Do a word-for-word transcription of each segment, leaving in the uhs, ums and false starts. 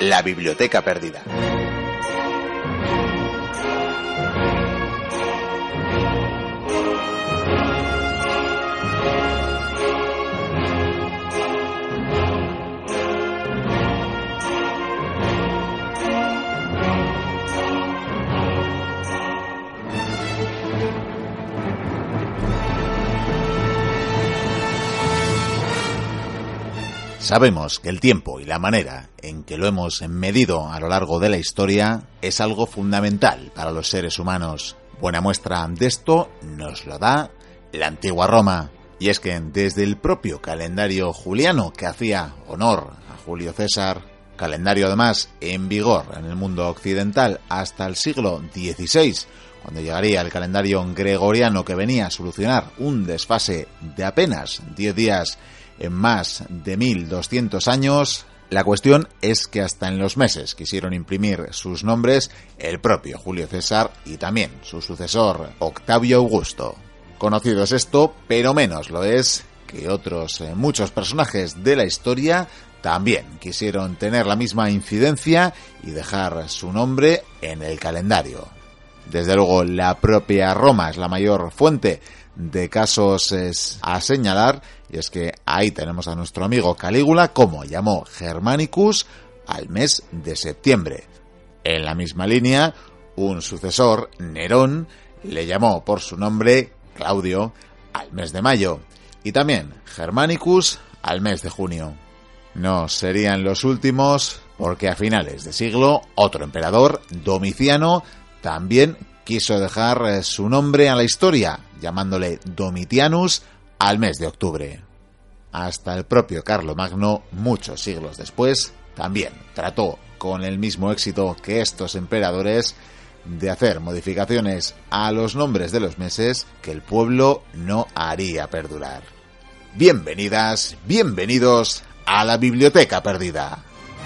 La Biblioteca Perdida. Sabemos que el tiempo y la manera en que lo hemos medido a lo largo de la historia es algo fundamental para los seres humanos. Buena muestra de esto nos lo da la antigua Roma. Y es que desde el propio calendario juliano, que hacía honor a Julio César, calendario además en vigor en el mundo occidental hasta el siglo dieciséis, cuando llegaría el calendario gregoriano, que venía a solucionar un desfase de apenas diez días en más de mil doscientos años, la cuestión es que hasta en los meses quisieron imprimir sus nombres el propio Julio César y también su sucesor Octavio Augusto. Conocido es esto, pero menos lo es que otros eh, muchos personajes de la historia también quisieron tener la misma incidencia y dejar su nombre en el calendario. Desde luego, la propia Roma es la mayor fuente de casos es a señalar, y es que ahí tenemos a nuestro amigo Calígula, como llamó Germanicus al mes de septiembre. En la misma línea, un sucesor, Nerón, le llamó por su nombre, Claudio, al mes de mayo, y también Germanicus al mes de junio. No serían los últimos, porque a finales de siglo, otro emperador, Domiciano, también quiso dejar su nombre a la historia, llamándole Domitianus al mes de octubre. Hasta el propio Carlomagno, muchos siglos después, también trató, con el mismo éxito que estos emperadores, de hacer modificaciones a los nombres de los meses que el pueblo no haría perdurar. Bienvenidas, bienvenidos a la Biblioteca Perdida.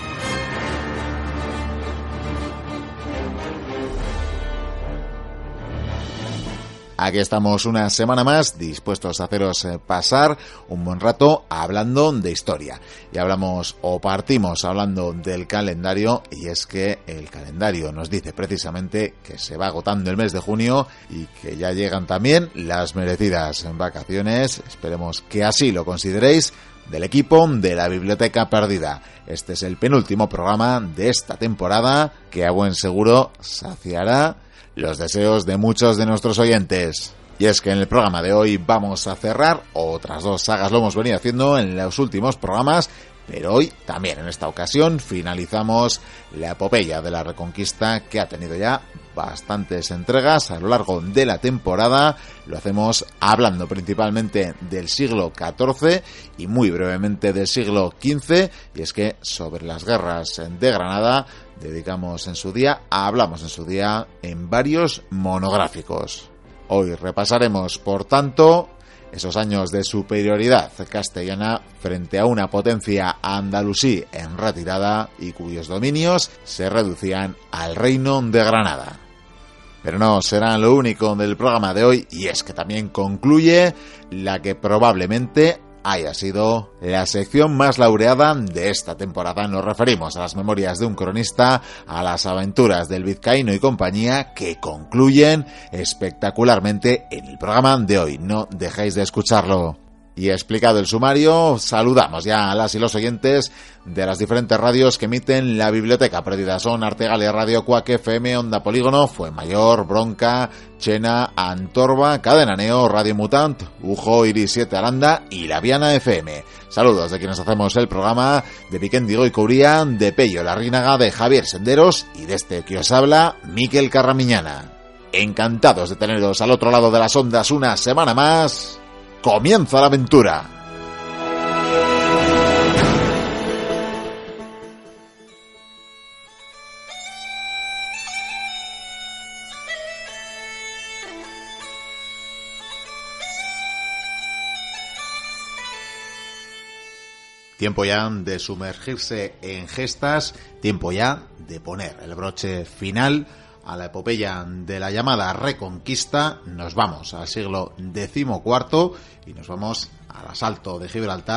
Aquí estamos una semana más, dispuestos a haceros pasar un buen rato hablando de historia. Y hablamos o partimos hablando del calendario, y es que el calendario nos dice precisamente que se va agotando el mes de junio y que ya llegan también las merecidas vacaciones. Esperemos que así lo consideréis, del equipo de la Biblioteca Perdida. Este es el penúltimo programa de esta temporada, que a buen seguro saciará los deseos de muchos de nuestros oyentes. Y es que en el programa de hoy vamos a cerrar otras dos sagas, lo hemos venido haciendo en los últimos programas, pero hoy también en esta ocasión finalizamos la epopeya de la Reconquista, que ha tenido ya bastantes entregas a lo largo de la temporada. Lo hacemos hablando principalmente del siglo catorce y muy brevemente del siglo quince, y es que sobre las guerras de Granada dedicamos en su día, hablamos en su día en varios monográficos. Hoy repasaremos, por tanto, esos años de superioridad castellana frente a una potencia andalusí en retirada y cuyos dominios se reducían al reino de Granada. Pero no será lo único del programa de hoy, y es que también concluye la que probablemente haya sido la sección más laureada de esta temporada. Nos referimos a las memorias de un cronista, a las aventuras del vizcaíno y compañía, que concluyen espectacularmente en el programa de hoy. No dejéis de escucharlo. Y explicado el sumario, saludamos ya a las y los oyentes de las diferentes radios que emiten la Biblioteca Perdida. Son Artegalia Radio, Cuac F M, Onda Polígono, Fuenmayor, Bronca, Chena, Antorba, Cadena Neo, Radio Mutant, Ujo, Iris siete Aranda y La Viana F M. Saludos de quienes hacemos el programa, de Piquendigo y Cubría, de Pello Larrínaga, de Javier Senderos y de este que os habla, Miquel Carramiñana. Encantados de teneros al otro lado de las ondas una semana más. ¡Comienza la aventura! Tiempo ya de sumergirse en gestas, tiempo ya de poner el broche final a la epopeya de la llamada Reconquista. Nos vamos al siglo decimocuarto y nos vamos al asalto de Gibraltar,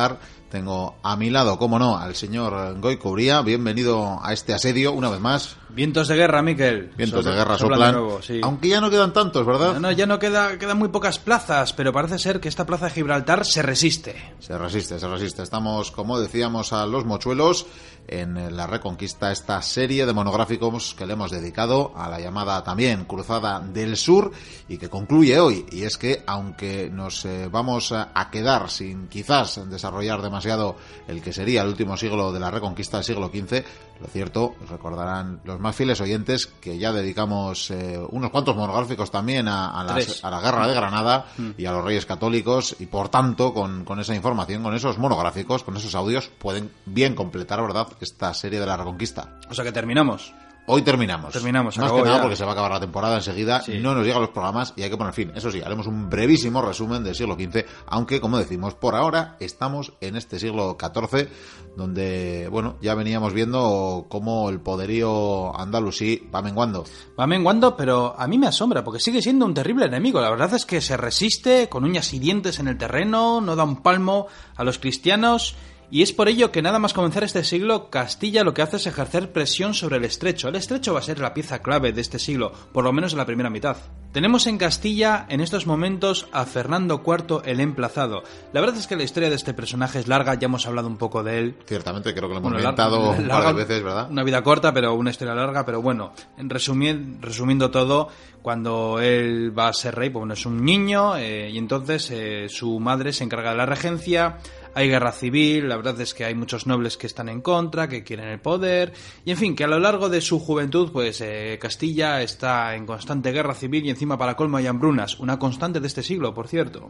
Tengo a mi lado, cómo no, al señor Goico Uría. Bienvenido a este asedio, una vez más. Vientos de guerra, Miquel. Vientos Sopla, de guerra soplan. soplan. De nuevo, sí. Aunque ya no quedan tantos, ¿verdad? No, no, ya no queda, quedan muy pocas plazas, pero parece ser que esta plaza de Gibraltar se resiste. Se resiste, se resiste. Estamos, como decíamos, a los mochuelos en la Reconquista, esta serie de monográficos que le hemos dedicado a la llamada también Cruzada del Sur y que concluye hoy. Y es que, aunque nos eh, vamos a quedar sin quizás desarrollar demasiado el que sería el último siglo de la Reconquista, del siglo quince, lo cierto, recordarán los más fieles oyentes que ya dedicamos eh, unos cuantos monográficos también a, a, las, a la Guerra de Granada mm. y a los Reyes Católicos, y por tanto, con, con esa información, con esos monográficos, con esos audios, pueden bien completar, ¿verdad?, esta serie de la Reconquista. O sea que terminamos. Hoy terminamos. Terminamos. Más que nada ya. Porque se va a acabar la temporada enseguida, sí. No nos llegan los programas y hay que poner fin. Eso sí, haremos un brevísimo resumen del siglo quince, aunque, como decimos, por ahora estamos en este siglo catorce, donde, bueno, ya veníamos viendo cómo el poderío andalusí va menguando. Va menguando, pero a mí me asombra, porque sigue siendo un terrible enemigo. La verdad es que se resiste con uñas y dientes en el terreno, no da un palmo a los cristianos. Y es por ello que nada más comenzar este siglo, Castilla lo que hace es ejercer presión sobre el Estrecho. El Estrecho va a ser la pieza clave de este siglo, por lo menos en la primera mitad. Tenemos en Castilla, en estos momentos, a Fernando cuarto el Emplazado. La verdad es que la historia de este personaje es larga, ya hemos hablado un poco de él. Ciertamente, creo que lo hemos bueno, comentado un par de veces, ¿verdad? Una vida corta, pero una historia larga, pero bueno, en resumir, resumiendo todo, cuando él va a ser rey, pues bueno, es un niño, eh, y entonces eh, su madre se encarga de la regencia. Hay guerra civil, la verdad es que hay muchos nobles que están en contra, que quieren el poder, y en fin, que a lo largo de su juventud, pues eh, Castilla está en constante guerra civil y encima para colmo hay hambrunas, una constante de este siglo, por cierto.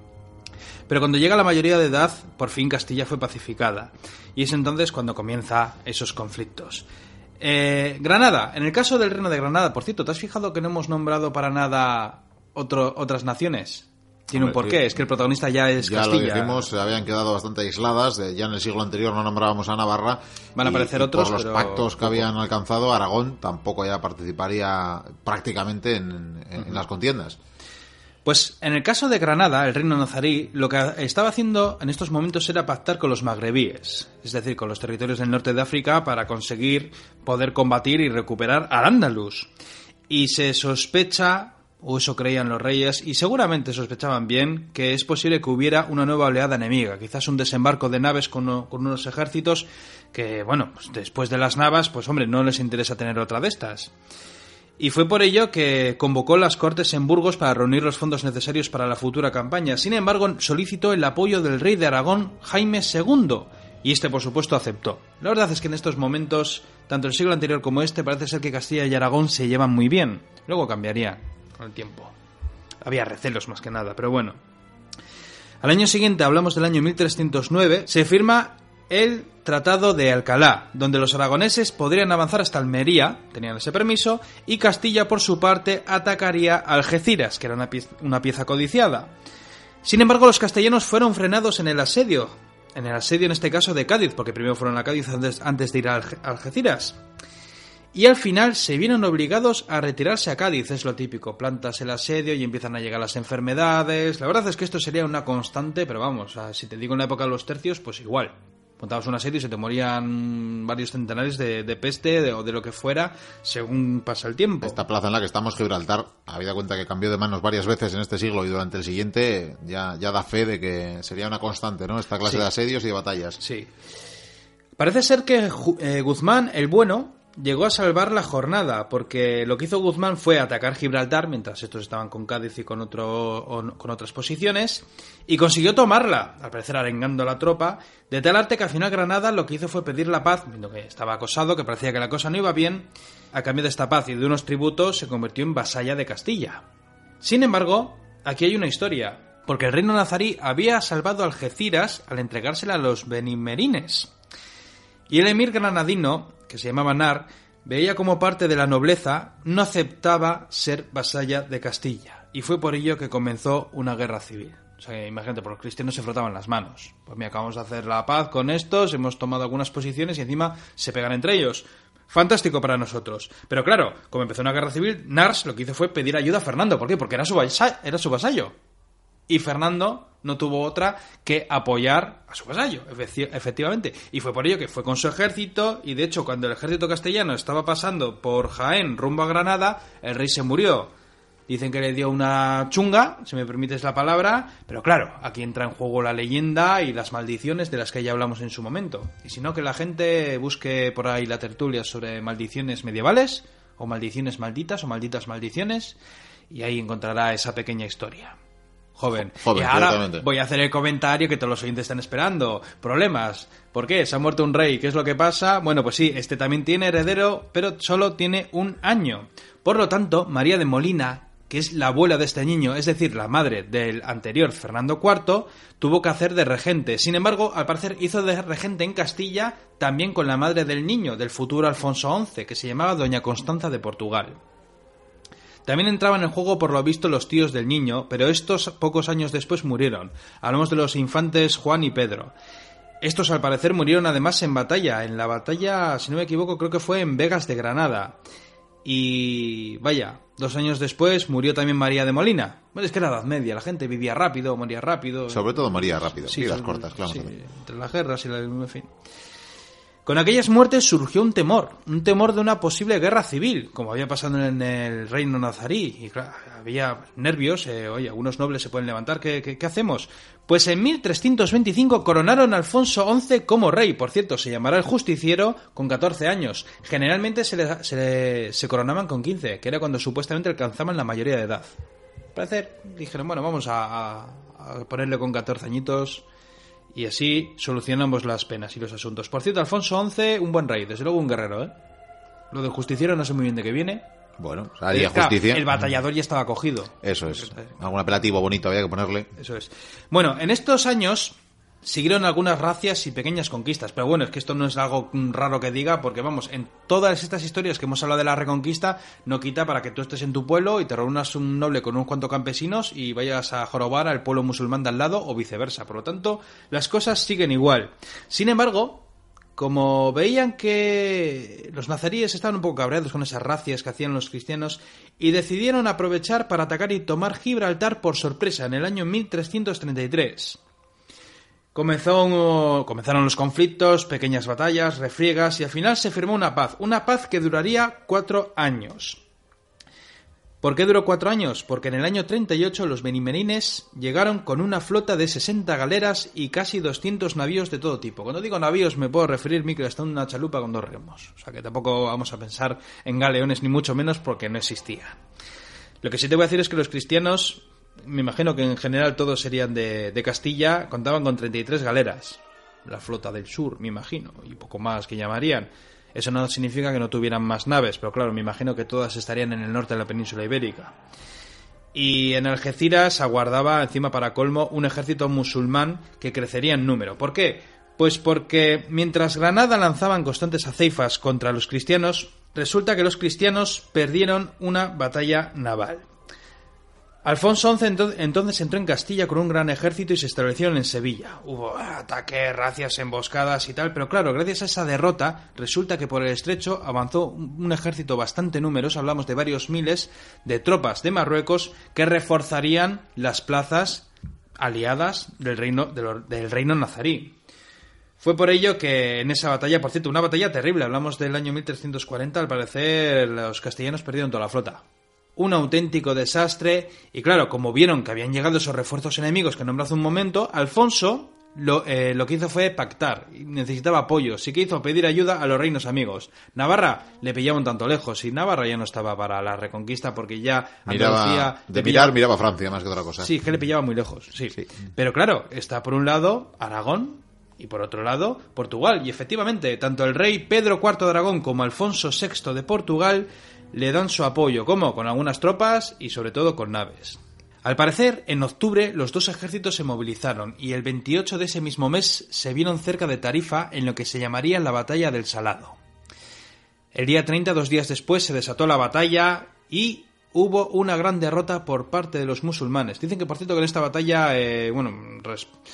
Pero cuando llega la mayoría de edad, por fin Castilla fue pacificada, y es entonces cuando comienza esos conflictos. Eh, Granada, en el caso del Reino de Granada, por cierto, ¿te has fijado que no hemos nombrado para nada otro, otras naciones? Tiene un porqué, es que el protagonista ya es ya Castilla. Ya lo dijimos, se habían quedado bastante aisladas, ya en el siglo anterior no nombrábamos a Navarra. Van a aparecer y, otros, y por los pero pactos que poco. habían alcanzado, Aragón tampoco ya participaría prácticamente en, en, uh-huh. en las contiendas. Pues en el caso de Granada, el reino nazarí, lo que estaba haciendo en estos momentos era pactar con los magrebíes, es decir, con los territorios del norte de África, para conseguir poder combatir y recuperar Al-Ándalus. Y se sospecha, o eso creían los reyes, y seguramente sospechaban bien, que es posible que hubiera una nueva oleada enemiga, quizás un desembarco de naves con, con unos ejércitos que, bueno, pues después de las Navas, pues hombre, no les interesa tener otra de estas. Y fue por ello que convocó las Cortes en Burgos para reunir los fondos necesarios para la futura campaña. Sin embargo, solicitó el apoyo del rey de Aragón, Jaime segundo, y este, por supuesto, aceptó. La verdad es que en estos momentos, tanto el siglo anterior como este, parece ser que Castilla y Aragón se llevan muy bien. Luego cambiaría con el tiempo. Había recelos más que nada, pero bueno. Al año siguiente, hablamos del año mil trescientos nueve, se firma el Tratado de Alcalá, donde los aragoneses podrían avanzar hasta Almería, tenían ese permiso, y Castilla, por su parte, atacaría Algeciras, que era una pieza, una pieza codiciada. Sin embargo, los castellanos fueron frenados en el asedio, en el asedio en este caso de Cádiz, porque primero fueron a Cádiz antes, antes de ir a Algeciras. Y al final se vieron obligados a retirarse a Cádiz, es lo típico, plantas el asedio y empiezan a llegar las enfermedades. La verdad es que esto sería una constante, pero vamos, o sea, si te digo en la época de los tercios, pues igual. Montabas un asedio y se te morían varios centenares de, de peste de, o de lo que fuera según pasa el tiempo. Esta plaza en la que estamos, Gibraltar, habida cuenta que cambió de manos varias veces en este siglo y durante el siguiente, ya, ya da fe de que sería una constante, ¿no? Esta clase sí. de asedios y de batallas. Sí. Parece ser que eh, Guzmán, el bueno, llegó a salvar la jornada, porque lo que hizo Guzmán fue atacar Gibraltar, mientras estos estaban con Cádiz y con, otro, o, con otras posiciones, y consiguió tomarla, al parecer arengando a la tropa, de tal arte que al final Granada lo que hizo fue pedir la paz, viendo que estaba acosado, que parecía que la cosa no iba bien. A cambio de esta paz y de unos tributos se convirtió en vasalla de Castilla. Sin embargo, aquí hay una historia, porque el reino nazarí había salvado a Algeciras al entregársela a los benimerines. Y el emir granadino, que se llamaba Nar, veía como parte de la nobleza, no aceptaba ser vasalla de Castilla. Y fue por ello que comenzó una guerra civil. O sea, imagínate, por los cristianos se frotaban las manos. Pues mira, acabamos de hacer la paz con estos, hemos tomado algunas posiciones y encima se pegan entre ellos. Fantástico para nosotros. Pero claro, como empezó una guerra civil, Nars lo que hizo fue pedir ayuda a Fernando. ¿Por qué? Porque era su, vasa- era su vasallo. Y Fernando, no tuvo otra que apoyar a su vasallo, efectivamente. Y fue por ello que fue con su ejército, y de hecho cuando el ejército castellano estaba pasando por Jaén rumbo a Granada, el rey se murió. Dicen que le dio una chunga, si me permites la palabra, pero claro, aquí entra en juego la leyenda y las maldiciones de las que ya hablamos en su momento. Y si no, que la gente busque por ahí la tertulia sobre maldiciones medievales, o maldiciones malditas, o malditas maldiciones, y ahí encontrará esa pequeña historia. Joven. Joven, y ahora voy a hacer el comentario que todos los oyentes están esperando. Problemas. ¿Por qué? Se ha muerto un rey. ¿Qué es lo que pasa? Bueno, pues sí, este también tiene heredero, pero solo tiene un año. Por lo tanto, María de Molina, que es la abuela de este niño, es decir, la madre del anterior Fernando cuarto, tuvo que hacer de regente. Sin embargo, al parecer hizo de regente en Castilla también con la madre del niño, del futuro Alfonso once, que se llamaba Doña Constanza de Portugal. También entraban en juego por lo visto los tíos del niño, pero estos pocos años después murieron. Hablamos de los infantes Juan y Pedro. Estos al parecer murieron además en batalla. En la batalla, si no me equivoco, creo que fue en Vegas de Granada. Y vaya, dos años después murió también María de Molina. Bueno, es que era la Edad Media, la gente vivía rápido, moría rápido. Sobre todo moría rápido, sí, vidas sobre, cortas, claro. Sí, entre las guerras y la... en fin. Con aquellas muertes surgió un temor, un temor de una posible guerra civil, como había pasado en el reino nazarí. Y claro, había nervios, eh, oye, algunos nobles se pueden levantar, ¿qué, qué, qué hacemos? Pues en mil trescientos veinticinco coronaron a Alfonso once como rey. Por cierto, se llamará el justiciero con catorce años. Generalmente se, le, se, le, se coronaban con quince, que era cuando supuestamente alcanzaban la mayoría de edad. Al parecer, dijeron, bueno, vamos a, a, a ponerle con catorce añitos... Y así solucionamos las penas y los asuntos. Por cierto, Alfonso once, un buen rey, desde luego un guerrero, ¿eh? Lo del justiciero no sé muy bien de qué viene. Bueno, haría claro, justicia. El batallador ya estaba cogido. Eso es. Algún apelativo bonito había que ponerle. Eso es. Bueno, en estos años siguieron algunas racias y pequeñas conquistas. Pero bueno, es que esto no es algo raro que diga, porque vamos, en todas estas historias que hemos hablado de la Reconquista, no quita para que tú estés en tu pueblo y te reúnas un noble con unos cuantos campesinos y vayas a jorobar al pueblo musulmán de al lado o viceversa. Por lo tanto, las cosas siguen igual. Sin embargo, como veían que los nazaríes estaban un poco cabreados con esas racias que hacían los cristianos y decidieron aprovechar para atacar y tomar Gibraltar por sorpresa en el año mil trescientos treinta y tres. Comenzó, comenzaron los conflictos, pequeñas batallas, refriegas y al final se firmó una paz. Una paz que duraría cuatro años. ¿Por qué duró cuatro años? Porque en el año treinta y ocho los benimerines llegaron con una flota de sesenta galeras y casi doscientos navíos de todo tipo. Cuando digo navíos me puedo referir micro hasta una chalupa con dos remos. O sea que tampoco vamos a pensar en galeones ni mucho menos porque no existían. Lo que sí te voy a decir es que los cristianos... Me imagino que en general todos serían de, de Castilla, contaban con treinta y tres galeras. La flota del sur, me imagino, y poco más que llamarían. Eso no significa que no tuvieran más naves, pero claro, me imagino que todas estarían en el norte de la península ibérica. Y en Algeciras aguardaba, encima para colmo, un ejército musulmán que crecería en número. ¿Por qué? Pues porque mientras Granada lanzaban constantes aceifas contra los cristianos, resulta que los cristianos perdieron una batalla naval. Alfonso once entonces entró en Castilla con un gran ejército y se establecieron en Sevilla. Hubo ataques, racias, emboscadas y tal, pero claro, gracias a esa derrota, resulta que por el estrecho avanzó un ejército bastante numeroso, hablamos de varios miles de tropas de Marruecos que reforzarían las plazas aliadas del reino, del, del reino nazarí. Fue por ello que en esa batalla, por cierto, una batalla terrible, hablamos del año mil trescientos cuarenta, al parecer los castellanos perdieron toda la flota. Un auténtico desastre, y claro, como vieron que habían llegado esos refuerzos enemigos que nombré hace un momento, Alfonso lo, eh, lo que hizo fue pactar, necesitaba apoyo, sí que hizo pedir ayuda a los reinos amigos. Navarra le pillaba un tanto lejos, y Navarra ya no estaba para la reconquista porque ya miraba, Andalucía... de mirar, pillaba... miraba a Francia más que otra cosa. Sí, que le pillaba muy lejos, sí. sí. Pero claro, está por un lado Aragón, y por otro lado, Portugal. Y efectivamente, tanto el rey Pedro cuarto de Aragón como Alfonso sexto de Portugal le dan su apoyo, como con algunas tropas y sobre todo con naves. Al parecer, en octubre los dos ejércitos se movilizaron y el veintiocho de ese mismo mes se vieron cerca de Tarifa en lo que se llamaría la Batalla del Salado. El día treinta, dos días después, se desató la batalla y hubo una gran derrota por parte de los musulmanes. Dicen que, por cierto, que en esta batalla, eh, bueno, res...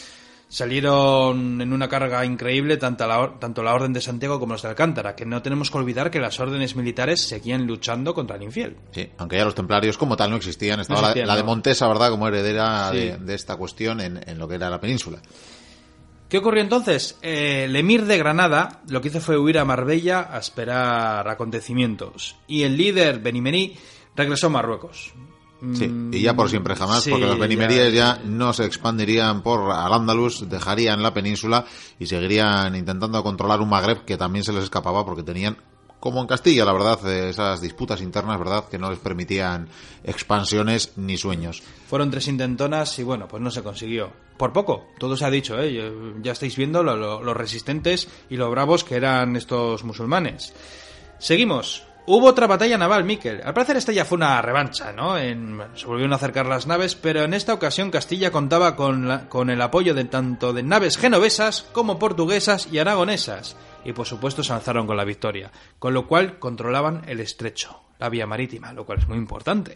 salieron en una carga increíble tanto la, tanto la Orden de Santiago como los de Alcántara, que no tenemos que olvidar que las órdenes militares seguían luchando contra el infiel. Sí, aunque ya los templarios como tal no existían, estaba no existían, la, la de Montesa, ¿verdad?, como heredera sí. de, de esta cuestión en, en lo que era la península. ¿Qué ocurrió entonces? Eh, el emir de Granada lo que hizo fue huir a Marbella a esperar acontecimientos. Y el líder Benimení regresó a Marruecos. Sí, y ya por siempre jamás, sí, porque los benimeríes ya, ya no se expandirían por Al-Ándalus, dejarían la península y seguirían intentando controlar un Magreb que también se les escapaba porque tenían, como en Castilla, la verdad, esas disputas internas, ¿verdad?, que no les permitían expansiones ni sueños. Fueron tres intentonas y bueno, pues no se consiguió. Por poco, todo se ha dicho, ¿eh? Ya estáis viendo lo, lo, lo resistentes y lo bravos que eran estos musulmanes. Seguimos. Hubo otra batalla naval, Miquel. Al parecer esta ya fue una revancha, ¿no? En, se volvieron a acercar las naves, pero en esta ocasión Castilla contaba con, la, con el apoyo de tanto de naves genovesas como portuguesas y aragonesas. Y por supuesto se alzaron con la victoria, con lo cual controlaban el estrecho, la vía marítima, lo cual es muy importante.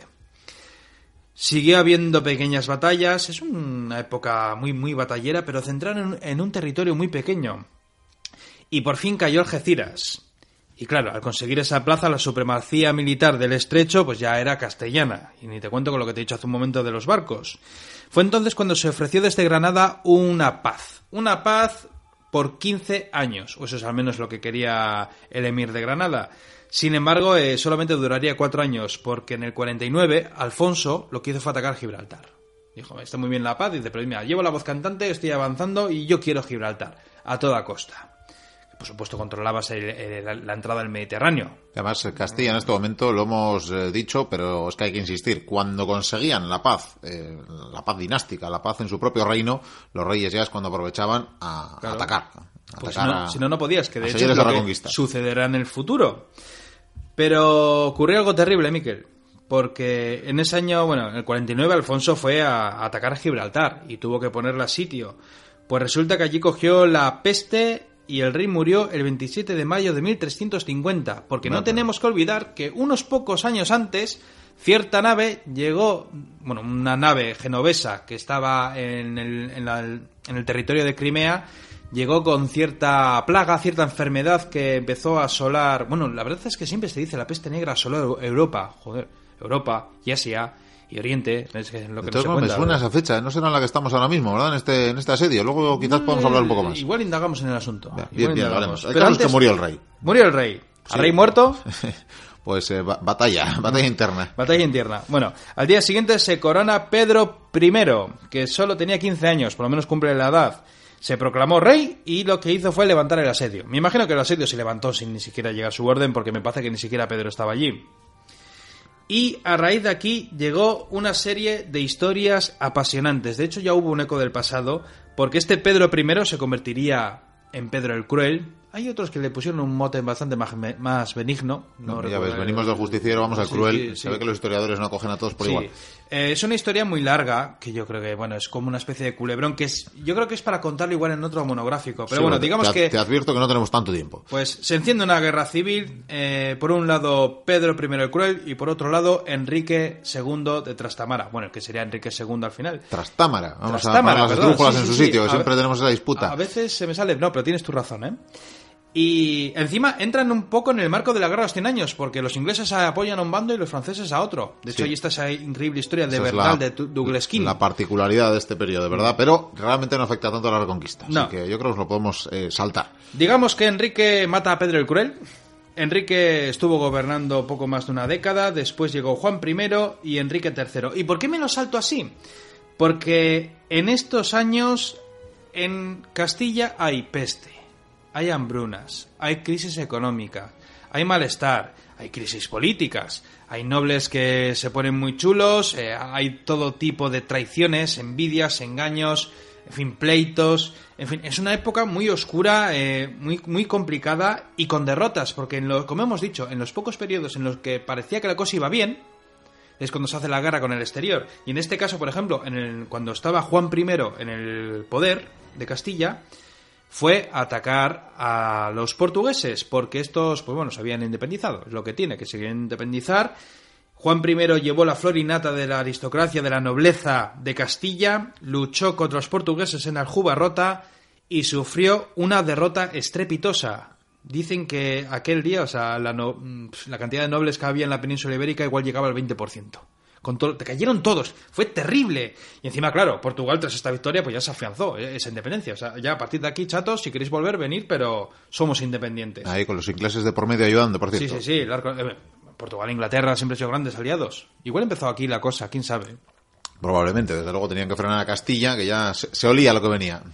Siguió habiendo pequeñas batallas, es una época muy muy batallera, pero centrada en, en un territorio muy pequeño. Y por fin cayó Algeciras. Y claro, al conseguir esa plaza, la supremacía militar del estrecho pues ya era castellana. Y ni te cuento con lo que te he dicho hace un momento de los barcos. Fue entonces cuando se ofreció desde Granada una paz. Una paz por quince años. O eso es al menos lo que quería el emir de Granada. Sin embargo, eh, solamente duraría cuatro años, porque en el cuarenta y nueve Alfonso lo que hizo fue atacar Gibraltar. Dijo, está muy bien la paz, dice, pero mira, llevo la voz cantante, estoy avanzando y yo quiero Gibraltar, a toda costa. Por supuesto, controlabas el, el, la entrada al Mediterráneo. Además, Castilla en este momento, lo hemos eh, dicho, pero es que hay que insistir, cuando conseguían la paz, eh, la paz dinástica, la paz en su propio reino, los reyes ya es cuando aprovechaban a, claro. a atacar. A pues atacar si, no, a, si no, no podías, que de hecho es lo que sucederá en el futuro. Pero ocurrió algo terrible, Miquel, porque en ese año, bueno, en el cuarenta y nueve, Alfonso fue a, a atacar a Gibraltar y tuvo que ponerle a sitio. Pues resulta que allí cogió la peste y el rey murió el veintisiete de mayo de mil trescientos cincuenta, porque no, no tenemos que olvidar que unos pocos años antes cierta nave llegó, bueno, una nave genovesa que estaba en el, en la, en el territorio de Crimea, llegó con cierta plaga, cierta enfermedad que empezó a asolar, bueno, la verdad es que siempre se dice la peste negra asoló Europa, joder, Europa y Asia y Oriente, es lo que no se cuenta. Me suena esa fecha, no será en la que estamos ahora mismo, ¿verdad? En este, en este asedio. Luego quizás mm, podamos hablar un poco más. Igual indagamos en el asunto. Bien, bien, bien, haremos. El caso es que murió el rey. Murió el rey. ¿Al sí. rey muerto? Pues eh, batalla, batalla interna. Batalla interna. Bueno, al día siguiente se corona Pedro primero, que solo tenía quince años, por lo menos cumple la edad. Se proclamó rey y lo que hizo fue levantar el asedio. Me imagino que el asedio se levantó sin ni siquiera llegar su orden, porque me parece que ni siquiera Pedro estaba allí. Y a raíz de aquí llegó una serie de historias apasionantes. De hecho, ya hubo un eco del pasado, porque este Pedro primero se convertiría en Pedro el Cruel. Hay otros que le pusieron un mote bastante más, más benigno. No no, ya ves, venimos el... del justiciero, vamos al sí, Cruel. Sí, sí. Se ve que los historiadores no acogen a todos por sí. igual. Eh, es una historia muy larga, que yo creo que, bueno, es como una especie de culebrón, que es, yo creo que es para contarlo igual en otro monográfico. Pero sí, bueno, digamos te, que... Te advierto que no tenemos tanto tiempo. Pues se enciende una guerra civil, eh, por un lado Pedro primero el Cruel y por otro lado Enrique segundo de Trastámara. Bueno, que sería Enrique segundo al final. Trastámara, vamos Trastámara, a poner las perdón, esdrújulas sí, en sí, su sí. sitio, A siempre ve... tenemos esa disputa. A veces se me sale... No, pero tienes tu razón, ¿eh? Y encima entran un poco en el marco de la guerra de los cien años, porque los ingleses apoyan a un bando y los franceses a otro. De hecho, sí. ahí está esa increíble historia de Bernal de Douglas King. La particularidad de este periodo, ¿verdad? Pero realmente no afecta tanto a la Reconquista. No. Así que yo creo que nos lo podemos eh, saltar. Digamos que Enrique mata a Pedro el Cruel. Enrique estuvo gobernando poco más de una década. Después llegó Juan primero y Enrique tercero. ¿Y por qué me lo salto así? Porque en estos años en Castilla hay peste. Hay hambrunas, hay crisis económica, hay malestar, hay crisis políticas, hay nobles que se ponen muy chulos, eh, hay todo tipo de traiciones, envidias, engaños, en fin, pleitos. En fin, es una época muy oscura, eh, muy, muy complicada y con derrotas, porque en lo, como hemos dicho, en los pocos periodos en los que parecía que la cosa iba bien, es cuando se hace la guerra con el exterior. Y en este caso, por ejemplo, en el, cuando estaba Juan primero en el poder de Castilla, fue atacar a los portugueses, porque estos, pues bueno, se habían independizado. Es lo que tiene, que se quieren independizar. Juan primero llevó la flor y nata de la aristocracia, de la nobleza de Castilla, luchó contra los portugueses en Aljubarrota y sufrió una derrota estrepitosa. Dicen que aquel día, o sea, la, no, la cantidad de nobles que había en la península ibérica igual llegaba al veinte por ciento. Con todo, te cayeron todos, fue terrible. Y encima, claro, Portugal tras esta victoria pues ya se afianzó esa independencia. O sea, ya a partir de aquí, chatos, si queréis volver, venid, pero somos independientes. Ahí con los ingleses de por medio ayudando, por cierto. Sí, sí, sí. El arco, eh, Portugal e Inglaterra siempre han sido grandes aliados. Igual empezó aquí la cosa, quién sabe. Probablemente, desde luego tenían que frenar a Castilla, que ya se, se olía lo que venía.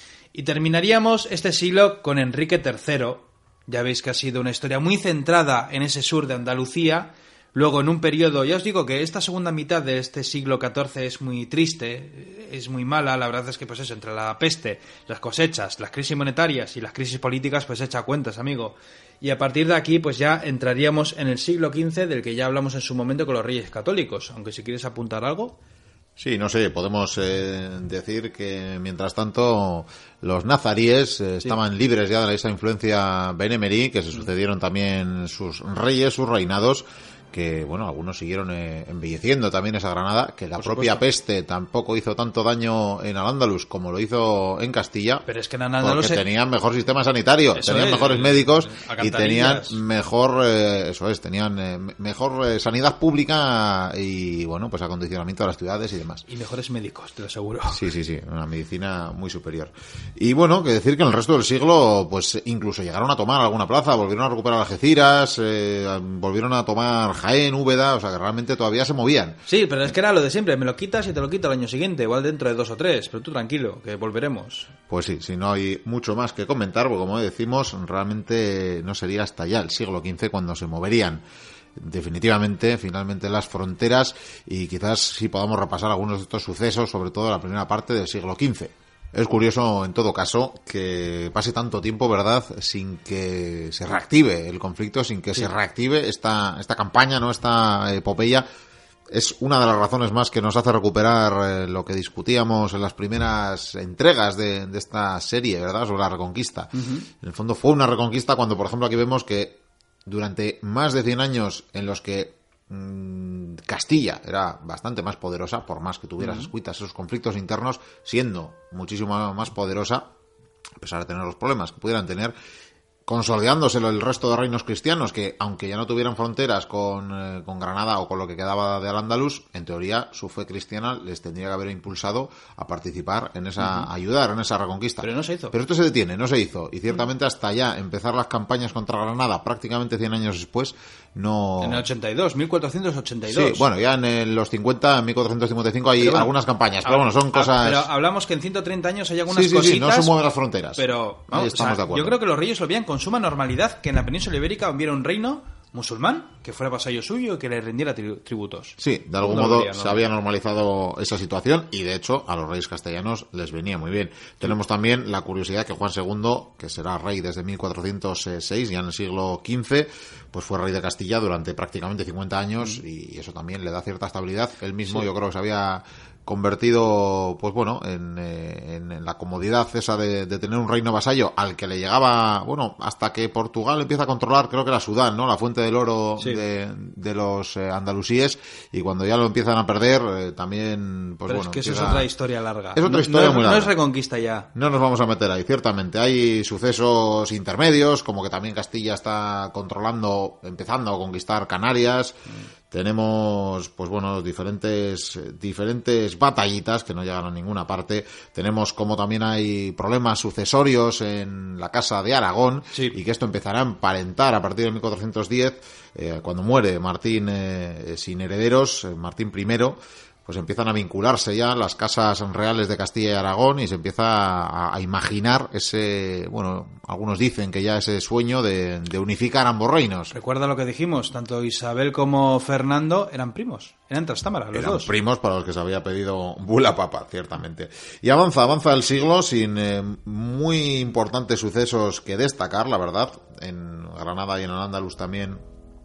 Y terminaríamos este siglo con Enrique tercero. Ya veis que ha sido una historia muy centrada en ese sur de Andalucía. Luego, en un periodo, ya os digo que esta segunda mitad de este siglo catorce es muy triste, es muy mala. La verdad es que, pues eso, entre la peste, las cosechas, las crisis monetarias y las crisis políticas, pues echa cuentas, amigo. Y a partir de aquí, pues ya entraríamos en el siglo quince, del que ya hablamos en su momento con los Reyes Católicos. Aunque si quieres apuntar algo... Sí, no sé, podemos eh, decir que mientras tanto los nazaríes eh, estaban sí. libres ya de esa influencia benemerí, que se sucedieron también sus reyes, sus reinados, que, bueno, algunos siguieron eh, embelleciendo también esa Granada, que la Por propia supuesto. peste tampoco hizo tanto daño en Al-Ándalus como lo hizo en Castilla, pero es que en Al-Ándalus porque se... tenían mejor sistema sanitario, eso tenían es, mejores médicos y tenían mejor, eh, eso es, tenían eh, mejor eh, sanidad pública y, bueno, pues acondicionamiento de las ciudades y demás. Y mejores médicos, te lo aseguro. Sí, sí, sí, una medicina muy superior. Y, bueno, que decir que en el resto del siglo, pues incluso llegaron a tomar alguna plaza, volvieron a recuperar Algeciras, eh, volvieron a tomar Jaén, Úbeda, o sea que realmente todavía se movían. Sí, pero es que era lo de siempre, me lo quitas y te lo quito al año siguiente, igual dentro de dos o tres, pero tú tranquilo, que volveremos. Pues sí, si no hay mucho más que comentar, porque como decimos, realmente no sería hasta ya el siglo quince cuando se moverían definitivamente, finalmente las fronteras y quizás sí podamos repasar algunos de estos sucesos, sobre todo la primera parte del siglo quince. Es curioso, en todo caso, que pase tanto tiempo, ¿verdad?, sin que se reactive el conflicto, sin que sí. se reactive esta, esta campaña, ¿no?, esta epopeya. Es una de las razones más que nos hace recuperar eh, lo que discutíamos en las primeras entregas de, de esta serie, ¿verdad?, sobre la Reconquista. Uh-huh. En el fondo fue una reconquista cuando, por ejemplo, aquí vemos que durante más de cien años en los que Castilla era bastante más poderosa, por más que tuviera esas cuitas, esos conflictos internos, siendo muchísimo más poderosa, a pesar de tener los problemas que pudieran tener, consolidándoselo el resto de reinos cristianos, que aunque ya no tuvieran fronteras con, eh, con Granada o con lo que quedaba de Al-Ándalus, en teoría su fe cristiana les tendría que haber impulsado a participar en esa, uh-huh. ayudar en esa reconquista. Pero no se hizo. Pero esto se detiene, no se hizo. Y ciertamente hasta ya empezar las campañas contra Granada, prácticamente cien años después, no... En el ochenta y dos, mil cuatrocientos ochenta y dos. Sí, bueno, ya en los cincuenta, en mil cuatrocientos cincuenta y cinco hay bueno, algunas campañas, pero bueno, son cosas... Pero hablamos que en ciento treinta años hay algunas sí, sí, cositas... Sí, no se mueven las fronteras. Pero, vamos, ahí estamos o sea, de acuerdo. Yo creo que los reyes lo veían con suma normalidad que en la península ibérica hubiera un reino musulmán que fuera vasallo suyo y que le rendiera tri- tributos. Sí, de algún no modo vería, no se había normalizado esa situación y de hecho a los reyes castellanos les venía muy bien. Sí. Tenemos también la curiosidad que Juan segundo, que será rey desde mil cuatrocientos seis, ya en el siglo quince, pues fue rey de Castilla durante prácticamente cincuenta años mm. y eso también le da cierta estabilidad. Él mismo sí. yo creo que se había convertido, pues bueno, en, en, en la comodidad esa de, de tener un reino vasallo al que le llegaba, bueno, hasta que Portugal empieza a controlar, creo que era Sudán, ¿no?, la fuente del oro sí. de, de los eh, andalusíes, y cuando ya lo empiezan a perder, eh, también, pues Pero bueno. es que empieza... eso es otra historia larga. Es otra no, historia no, muy larga. No es reconquista ya. No nos vamos a meter ahí, ciertamente. Hay sucesos intermedios, como que también Castilla está controlando, empezando a conquistar Canarias. Mm. Tenemos, pues bueno, diferentes diferentes batallitas que no llegan a ninguna parte. Tenemos como también hay problemas sucesorios en la Casa de Aragón, sí. y que esto empezará a emparentar a partir de mil cuatrocientos diez, eh, cuando muere Martín eh, sin herederos, eh, Martín primero, pues empiezan a vincularse ya las casas reales de Castilla y Aragón y se empieza a, a imaginar ese, bueno, algunos dicen que ya ese sueño de, de unificar ambos reinos. Recuerda lo que dijimos, tanto Isabel como Fernando eran primos, eran trastámara, los eran dos. primos para los que se había pedido bula papa, ciertamente. Y avanza, avanza el siglo sin eh, muy importantes sucesos que destacar, la verdad. En Granada y en Al-Ándalus también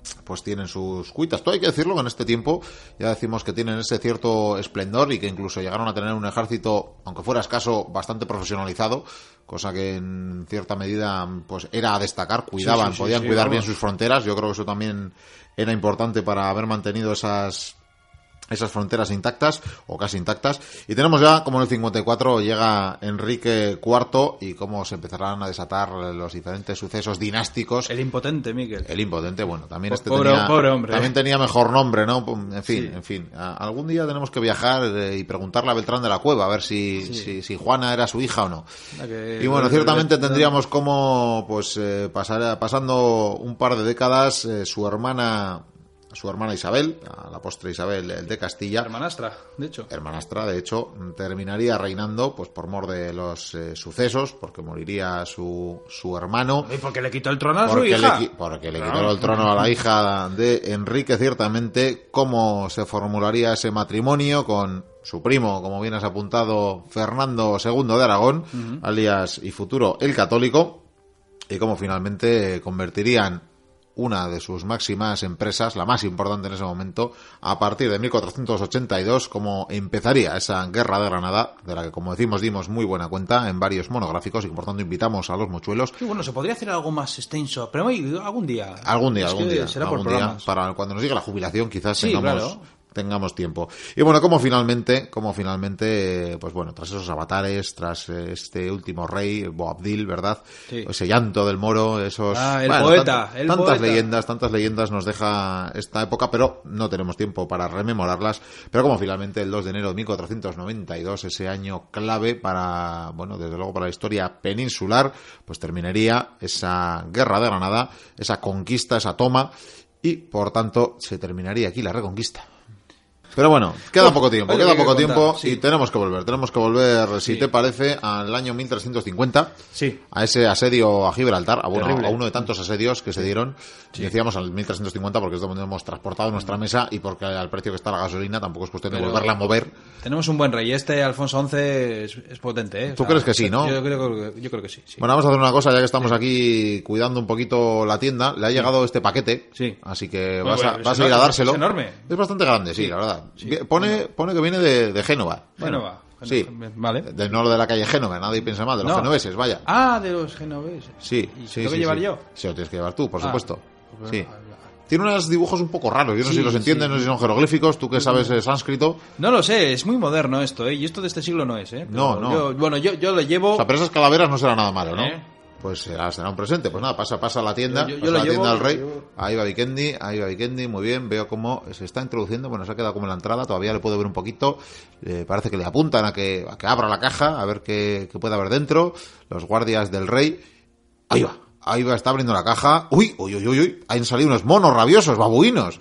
pues tienen sus cuitas. Todo hay que decirlo, que en este tiempo ya decimos que tienen ese cierto esplendor y que incluso llegaron a tener un ejército, aunque fuera escaso, bastante profesionalizado, cosa que en cierta medida pues era a destacar, cuidaban, sí, sí, sí, podían sí, cuidar vamos. bien sus fronteras. Yo creo que eso también era importante para haber mantenido esas esas fronteras intactas o casi intactas. Y tenemos ya como en el cincuenta y cuatro llega Enrique cuarto y cómo se empezarán a desatar los diferentes sucesos dinásticos. El impotente, Miguel. El impotente, bueno, también este pobre, tenía pobre hombre, también eh. tenía mejor nombre, ¿no? En fin, sí. en fin. Algún día tenemos que viajar y preguntarle a Beltrán de la Cueva a ver si, sí. si, si Juana era su hija o no. Que, y bueno, ciertamente tendríamos como pues eh, pasar, pasando un par de décadas eh, su hermana su hermana Isabel, a la postre Isabel de Castilla, hermanastra, de hecho, hermanastra, de hecho, terminaría reinando pues por mor de los eh, sucesos, porque moriría su su hermano. ¿Y por qué le quitó el trono a su hija? Le, porque le quitó el trono a la hija de Enrique, ciertamente. ¿Cómo se formularía ese matrimonio con su primo, como bien has apuntado, Fernando segundo de Aragón, uh-huh. alias y futuro el católico, y cómo finalmente convertirían una de sus máximas empresas, la más importante en ese momento, a partir de mil cuatrocientos ochenta y dos, como empezaría esa guerra de Granada, de la que, como decimos, dimos muy buena cuenta en varios monográficos y que, por tanto, invitamos a los mochuelos. Sí, bueno, se podría hacer algo más extenso, pero algún día. Algún día, es algún día. Será algún por día, para cuando nos llegue la jubilación, quizás sí, tengamos... Claro. tengamos tiempo. Y bueno, como finalmente, como finalmente, pues bueno, tras esos avatares, tras este último rey, Boabdil, ¿verdad? Sí. Ese llanto del moro, esos... Ah, el bueno, poeta, tant- el tantas poeta. leyendas, tantas leyendas nos deja esta época, pero no tenemos tiempo para rememorarlas. Pero como finalmente el dos de enero de mil cuatrocientos noventa y dos, ese año clave para, bueno, desde luego para la historia peninsular, pues terminaría esa guerra de Granada, esa conquista, esa toma, y por tanto se terminaría aquí la reconquista. Pero bueno, queda Uf, poco tiempo, oye, queda hay que poco contar, tiempo sí. y tenemos que volver, tenemos que volver, si Sí. te parece, al año mil trescientos cincuenta, Sí. a ese asedio a Gibraltar, a, bueno, Terrible. a uno de tantos asedios que se dieron, Sí. decíamos al mil trescientos cincuenta porque es donde hemos transportado nuestra mesa y porque al precio que está la gasolina tampoco es cuestión de Pero volverla a mover. Tenemos un buen rey, este Alfonso once es, es potente, ¿eh? O ¿Tú crees que sí, no? Yo creo, yo creo que sí, sí. Bueno, vamos a hacer una cosa, ya que estamos aquí cuidando un poquito la tienda, le ha llegado este paquete, Sí. así que Bueno, vas a, pues, vas es a ir a enorme, dárselo. es enorme. Es bastante grande, sí, Sí. la verdad. Sí. Vi- Pone, pone que viene de, de Génova. Génova. Sí. Vale. De, no de la calle Génova, nadie piensa mal, de los No. genoveses, vaya. Ah, de los genoveses. Sí, ¿Y sí, tengo que sí, llevar sí. yo? Sí, lo tienes que llevar tú, por Ah, supuesto. pues, Sí. ah, Tiene unos dibujos un poco raros, yo no sé Sí, si los entiendes, sí. no sé si son jeroglíficos, tú que sabes eh, sánscrito. No lo sé, es muy moderno esto, ¿eh? Y esto de este siglo no es, ¿eh? No, Pero no. yo- bueno, yo, yo lo llevo... O sea, pero esas calaveras no será nada malo, ¿no? ¿Eh? Pues será, será un presente. Pues nada, pasa, pasa a la tienda, Yo- yo- yo pasa lo a la tienda llevo, del rey. lo llevo. Ahí va Vikendi, ahí va Vikendi, muy bien. Veo cómo se está introduciendo, bueno, se ha quedado como en la entrada, todavía le puedo ver un poquito. Eh, parece que le apuntan a que, a que abra la caja, a ver qué, qué puede haber dentro. Los guardias del rey. Ahí va, ahí va, está abriendo la caja. Uy, uy, uy, uy, uy. Han salido unos monos rabiosos, babuinos.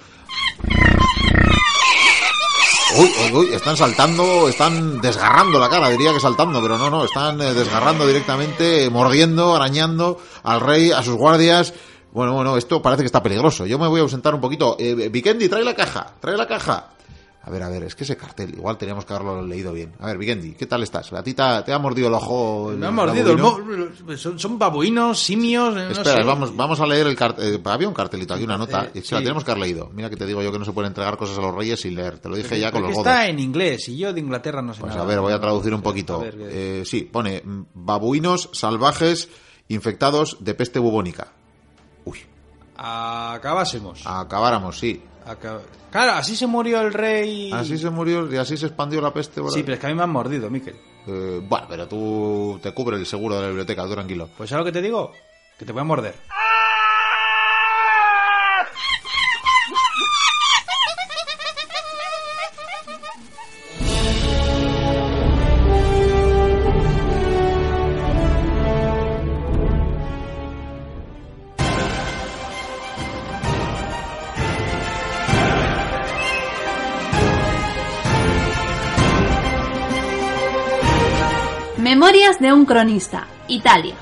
Uy, uy, uy, están saltando, están desgarrando la cara, diría que saltando, pero no, no, están eh, desgarrando directamente, mordiendo, arañando al rey, a sus guardias. Bueno, bueno, esto parece que está peligroso. Yo me voy a ausentar un poquito. Eh, Vikendi, trae la caja, trae la caja. A ver, a ver, es que ese cartel, igual teníamos que haberlo leído bien. A ver, Vikendi, ¿qué tal estás? ¿A ti te ha, te ha mordido el ojo? El Me ha mordido, el babuino? mo- son, son babuinos, simios... eh, no Espera, sé. vamos, vamos a leer el cartel. Eh, había un cartelito aquí, una nota, Eh, y se la sí. tenemos que haber leído. Mira que te digo yo que no se pueden entregar cosas a los reyes sin leer. Te lo dije ya con Porque los godos. está en inglés y yo de Inglaterra no sé Pues nada. a ver, voy a traducir un poquito. A ver, ¿qué? Eh, sí, pone mm, babuinos salvajes infectados de peste bubónica. Uy, Acabásemos. acabáramos, sí. Acab- Claro, así se murió el rey... Así se murió y así se expandió la peste. ¿verdad? Sí, pero es que a mí me han mordido, Miquel. Eh, bueno, pero tú te cubre el seguro de la biblioteca, tú tranquilo. Pues ¿sabes lo que te digo? Que te voy a morder. Memorias de un cronista, Italia.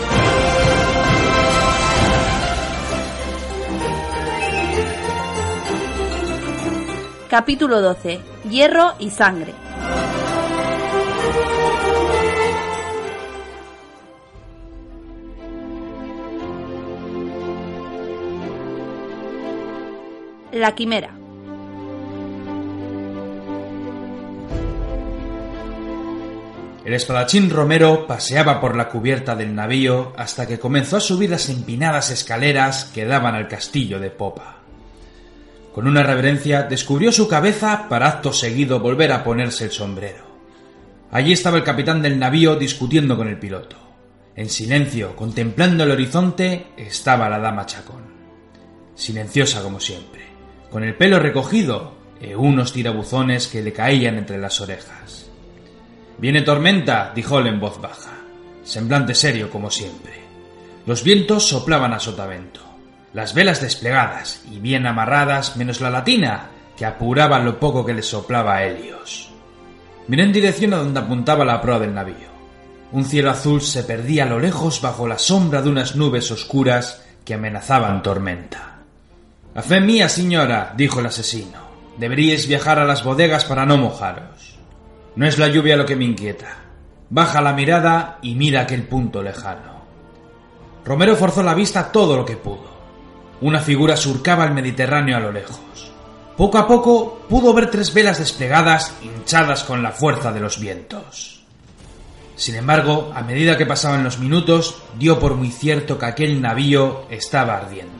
Capítulo doce. Hierro y sangre. La Quimera. El espadachín Romero paseaba por la cubierta del navío hasta que comenzó a subir las empinadas escaleras que daban al castillo de popa. Con una reverencia descubrió su cabeza para acto seguido volver a ponerse el sombrero. Allí estaba el capitán del navío discutiendo con el piloto. En silencio, contemplando el horizonte, estaba la dama Chacón. Silenciosa como siempre, con el pelo recogido e unos tirabuzones que le caían entre las orejas. «Viene tormenta», dijóle en voz baja, semblante serio como siempre. Los vientos soplaban a sotavento, las velas desplegadas y bien amarradas menos la latina, que apuraba lo poco que le soplaba a Helios. Miré en dirección a donde apuntaba la proa del navío. Un cielo azul se perdía a lo lejos bajo la sombra de unas nubes oscuras que amenazaban tormenta. «A fe mía, señora», dijo el asesino, «deberíais viajar a las bodegas para no mojaros. No es la lluvia lo que me inquieta. Baja la mirada y mira aquel punto lejano». Romero forzó la vista todo lo que pudo. Una figura surcaba el Mediterráneo a lo lejos. Poco a poco pudo ver tres velas desplegadas hinchadas con la fuerza de los vientos. Sin embargo, a medida que pasaban los minutos, dio por muy cierto que aquel navío estaba ardiendo.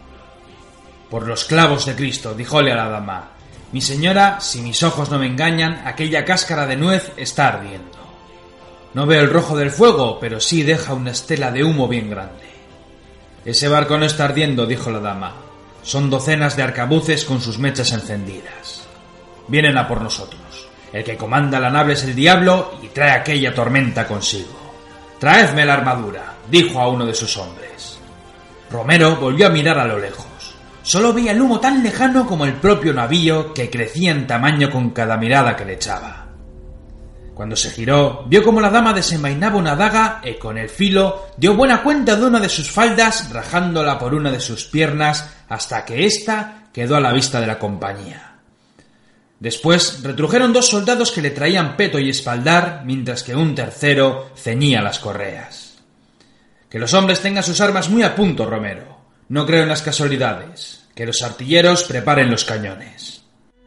«Por los clavos de Cristo», dijóle a la dama, «mi señora, si mis ojos no me engañan, aquella cáscara de nuez está ardiendo. No veo el rojo del fuego, pero sí deja una estela de humo bien grande». «Ese barco no está ardiendo», dijo la dama. «Son docenas de arcabuces con sus mechas encendidas. Vienen a por nosotros. El que comanda la nave es el diablo y trae aquella tormenta consigo. Traedme la armadura», dijo a uno de sus hombres. Romero volvió a mirar a lo lejos. Solo veía el humo tan lejano como el propio navío, que crecía en tamaño con cada mirada que le echaba. Cuando se giró, vio como la dama desenvainaba una daga y con el filo dio buena cuenta de una de sus faldas, rajándola por una de sus piernas hasta que ésta quedó a la vista de la compañía. Después retrujeron dos soldados que le traían peto y espaldar, mientras que un tercero ceñía las correas. «Que los hombres tengan sus armas muy a punto, Romero. No creo en las casualidades. Que los artilleros preparen los cañones».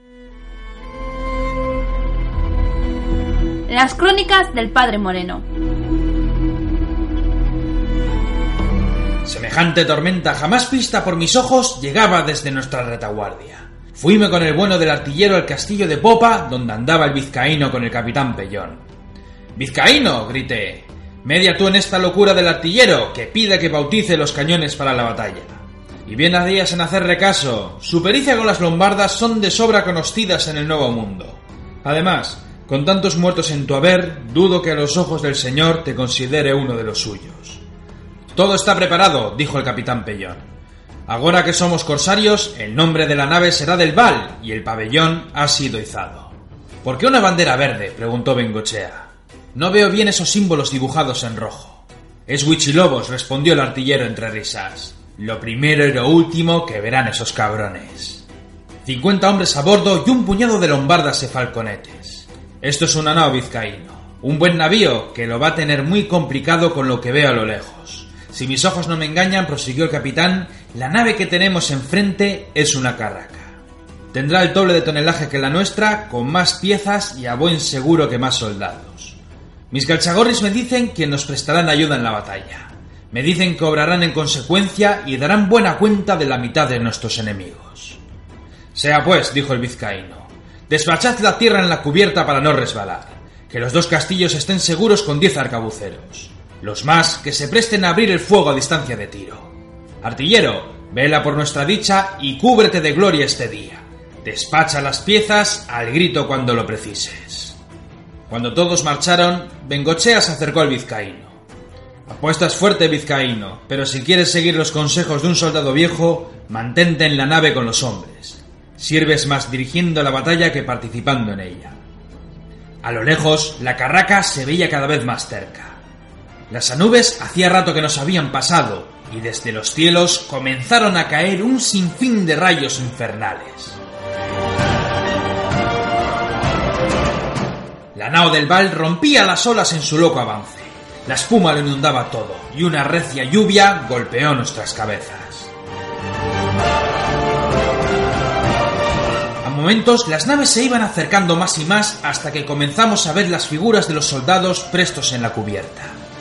Las crónicas del Padre Moreno. Semejante tormenta jamás vista por mis ojos llegaba desde nuestra retaguardia. Fuime con el bueno del artillero al castillo de popa, donde andaba el vizcaíno con el capitán Pellón. «¡Vizcaíno!», grité. «Media tú en esta locura del artillero, que pide que bautice los cañones para la batalla. Y bien harías en hacerle caso. Su pericia con las lombardas son de sobra conocidas en el Nuevo Mundo. Además, con tantos muertos en tu haber, dudo que a los ojos del Señor te considere uno de los suyos». «Todo está preparado», dijo el capitán Pellón. «Agora que somos corsarios, el nombre de la nave será del Val y el pabellón ha sido izado». «¿Por qué una bandera verde?», preguntó Bengochea. «No veo bien esos símbolos dibujados en rojo». «Es Huichilobos», respondió el artillero entre risas. «Lo primero y lo último que verán esos cabrones. Cincuenta hombres a bordo y un puñado de lombardas y falconetes. Esto es una nao, vizcaíno. Un buen navío que lo va a tener muy complicado con lo que veo a lo lejos. Si mis ojos no me engañan», prosiguió el capitán, «la nave que tenemos enfrente es una carraca. Tendrá el doble de tonelaje que la nuestra, con más piezas y a buen seguro que más soldados. Mis galchagorris me dicen que nos prestarán ayuda en la batalla. Me dicen que obrarán en consecuencia y darán buena cuenta de la mitad de nuestros enemigos». «Sea pues», dijo el vizcaíno, «despachad la tierra en la cubierta para no resbalar. Que los dos castillos estén seguros con diez arcabuceros. Los más que se presten a abrir el fuego a distancia de tiro. Artillero, vela por nuestra dicha y cúbrete de gloria este día. Despacha las piezas al grito cuando lo precises». Cuando todos marcharon, Bengochea se acercó al vizcaíno. «Apuestas fuerte, vizcaíno, pero si quieres seguir los consejos de un soldado viejo, mantente en la nave con los hombres. Sirves más dirigiendo la batalla que participando en ella». A lo lejos, la carraca se veía cada vez más cerca. Las anubes hacía rato que nos habían pasado, y desde los cielos comenzaron a caer un sinfín de rayos infernales. La nao del Val rompía las olas en su loco avance. La espuma lo inundaba todo, y una recia lluvia golpeó nuestras cabezas. momentos las naves se iban acercando más y más hasta que comenzamos a ver las figuras de los soldados prestos en la cubierta.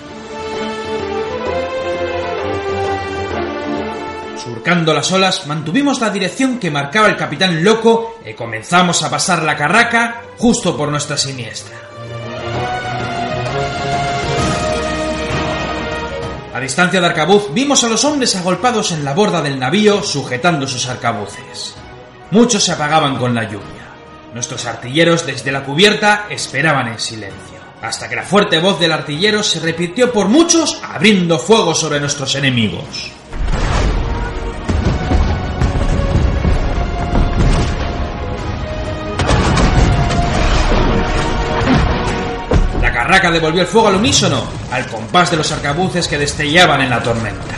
Surcando las olas, mantuvimos la dirección que marcaba el capitán Loco y comenzamos a pasar la carraca justo por nuestra siniestra. A distancia de arcabuz vimos a los hombres agolpados en la borda del navío sujetando sus arcabuces. Muchos se apagaban con la lluvia. Nuestros artilleros desde la cubierta esperaban en silencio, hasta que la fuerte voz del artillero se repitió por muchos abriendo fuego sobre nuestros enemigos. La carraca devolvió el fuego al unísono, al compás de los arcabuces que destellaban en la tormenta.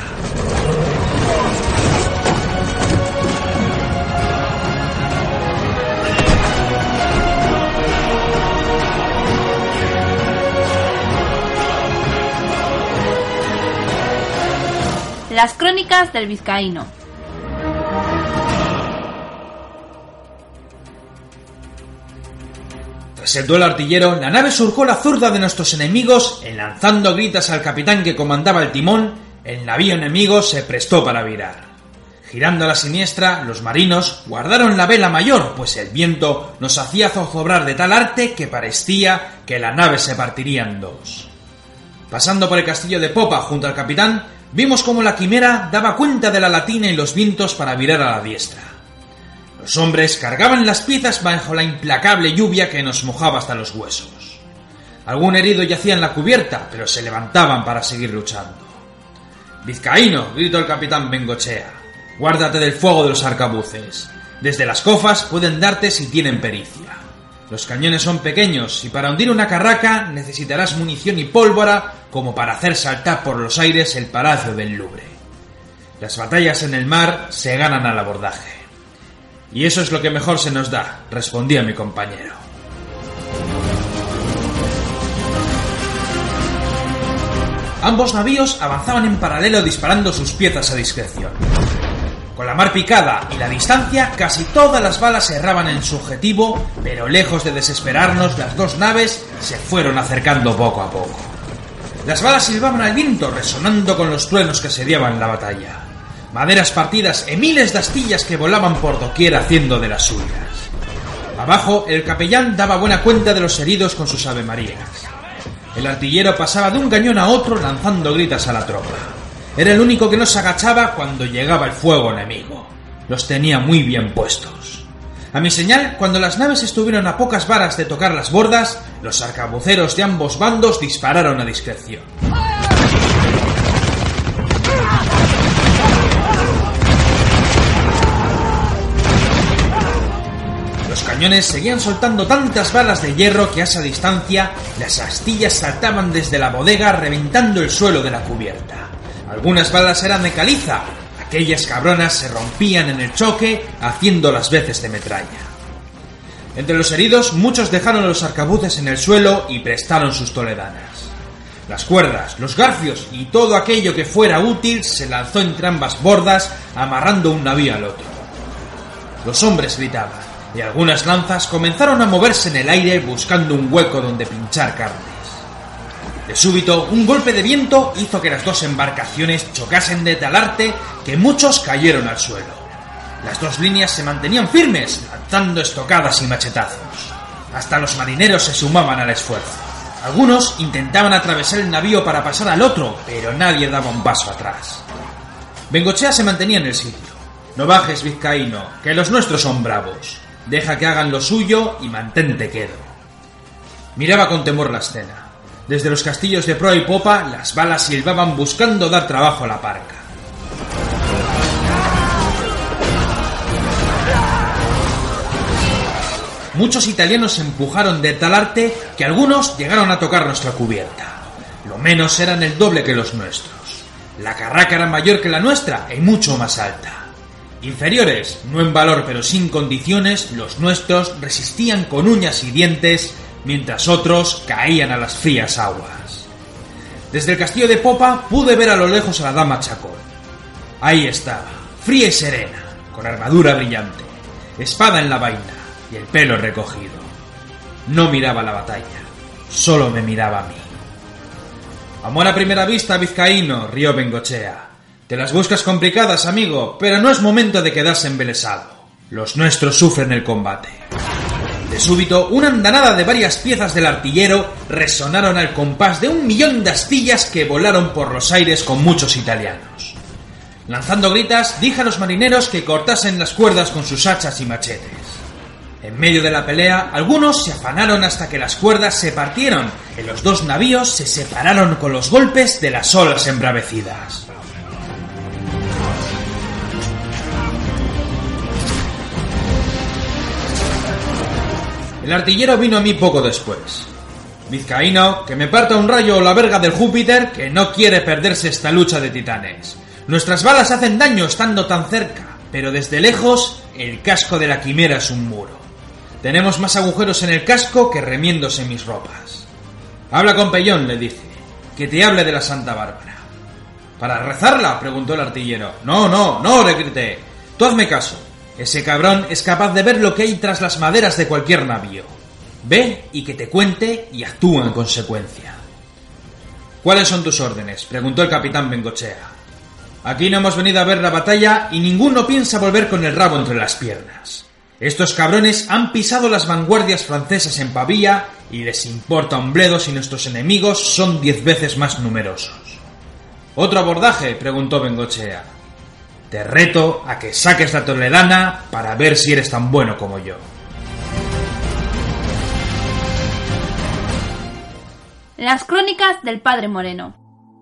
Las crónicas del vizcaíno. Tras el duelo artillero, la nave surcó la zurda de nuestros enemigos, y lanzando gritas al capitán que comandaba el timón, el navío enemigo se prestó para virar. Girando a la siniestra, los marinos guardaron la vela mayor, pues el viento nos hacía zozobrar de tal arte que parecía que la nave se partiría en dos. Pasando por el castillo de popa junto al capitán, vimos cómo la quimera daba cuenta de la latina y los vientos para virar a la diestra. Los hombres cargaban las piezas bajo la implacable lluvia que nos mojaba hasta los huesos. Algún herido yacía en la cubierta, pero se levantaban para seguir luchando. «Vizcaíno», gritó el capitán Bengochea, «guárdate del fuego de los arcabuces. Desde las cofas pueden darte si tienen pericia. Los cañones son pequeños y para hundir una carraca necesitarás munición y pólvora como para hacer saltar por los aires el palacio del Louvre. Las batallas en el mar se ganan al abordaje. Y eso es lo que mejor se nos da», respondía mi compañero. Ambos navíos avanzaban en paralelo disparando sus piezas a discreción. Con la mar picada y la distancia, casi todas las balas erraban en su objetivo, pero lejos de desesperarnos, las dos naves se fueron acercando poco a poco. Las balas silbaban al viento, resonando con los truenos que asediaban la batalla. Maderas partidas y miles de astillas que volaban por doquier haciendo de las suyas. Abajo, el capellán daba buena cuenta de los heridos con sus avemarías. El artillero pasaba de un cañón a otro lanzando gritas a la tropa. Era el único que no se agachaba cuando llegaba el fuego enemigo. Los tenía muy bien puestos. A mi señal, cuando las naves estuvieron a pocas varas de tocar las bordas, los arcabuceros de ambos bandos dispararon a discreción. Los cañones seguían soltando tantas balas de hierro que a esa distancia las astillas saltaban desde la bodega reventando el suelo de la cubierta. Algunas balas eran de caliza, aquellas cabronas se rompían en el choque haciendo las veces de metralla. Entre los heridos muchos dejaron los arcabuces en el suelo y prestaron sus toledanas. Las cuerdas, los garfios y todo aquello que fuera útil se lanzó entre ambas bordas amarrando un navío al otro. Los hombres gritaban y algunas lanzas comenzaron a moverse en el aire buscando un hueco donde pinchar carnes. De súbito, un golpe de viento hizo que las dos embarcaciones chocasen de tal arte que muchos cayeron al suelo. Las dos líneas se mantenían firmes, lanzando estocadas y machetazos. Hasta los marineros se sumaban al esfuerzo. Algunos intentaban atravesar el navío para pasar al otro, pero nadie daba un paso atrás. Bengochea se mantenía en el sitio. «No bajes, vizcaíno, que los nuestros son bravos. Deja que hagan lo suyo y mantente quedo». Miraba con temor la escena. Desde los castillos de proa y popa, las balas silbaban buscando dar trabajo a la parca. Muchos italianos se empujaron de tal arte que algunos llegaron a tocar nuestra cubierta. Lo menos eran el doble que los nuestros. La carraca era mayor que la nuestra y mucho más alta. Inferiores, no en valor pero sin condiciones, los nuestros resistían con uñas y dientes, mientras otros caían a las frías aguas. Desde el castillo de popa pude ver a lo lejos a la dama Chacón. Ahí estaba, fría y serena, con armadura brillante, espada en la vaina, y el pelo recogido. No miraba la batalla, solo me miraba a mí. Amor a primera vista, vizcaíno, rió Bengochea. Te las buscas complicadas, amigo, pero no es momento de quedarse embelesado. Los nuestros sufren el combate. De súbito, una andanada de varias piezas del artillero resonaron al compás de un millón de astillas que volaron por los aires con muchos italianos. Lanzando gritas, dije a los marineros que cortasen las cuerdas con sus hachas y machetes. En medio de la pelea, algunos se afanaron hasta que las cuerdas se partieron y los dos navíos se separaron con los golpes de las olas embravecidas. El artillero vino a mí poco después. Vizcaíno, que me parta un rayo o la verga del Júpiter, que no quiere perderse esta lucha de titanes. Nuestras balas hacen daño estando tan cerca, pero desde lejos el casco de la quimera es un muro. Tenemos más agujeros en el casco que remiendos en mis ropas. Habla con Pellón, le dice, que te hable de la Santa Bárbara. ¿Para rezarla?, preguntó el artillero. No, no, no, le grité. Tú hazme caso. Ese cabrón es capaz de ver lo que hay tras las maderas de cualquier navío. Ve y que te cuente y actúa en consecuencia. ¿Cuáles son tus órdenes?, preguntó el capitán Bengochea. Aquí no hemos venido a ver la batalla y ninguno piensa volver con el rabo entre las piernas. Estos cabrones han pisado las vanguardias francesas en Pavía y les importa un bledo si nuestros enemigos son diez veces más numerosos. ¿Otro abordaje?, preguntó Bengochea. Te reto a que saques la toledana para ver si eres tan bueno como yo. Las crónicas del Padre Moreno.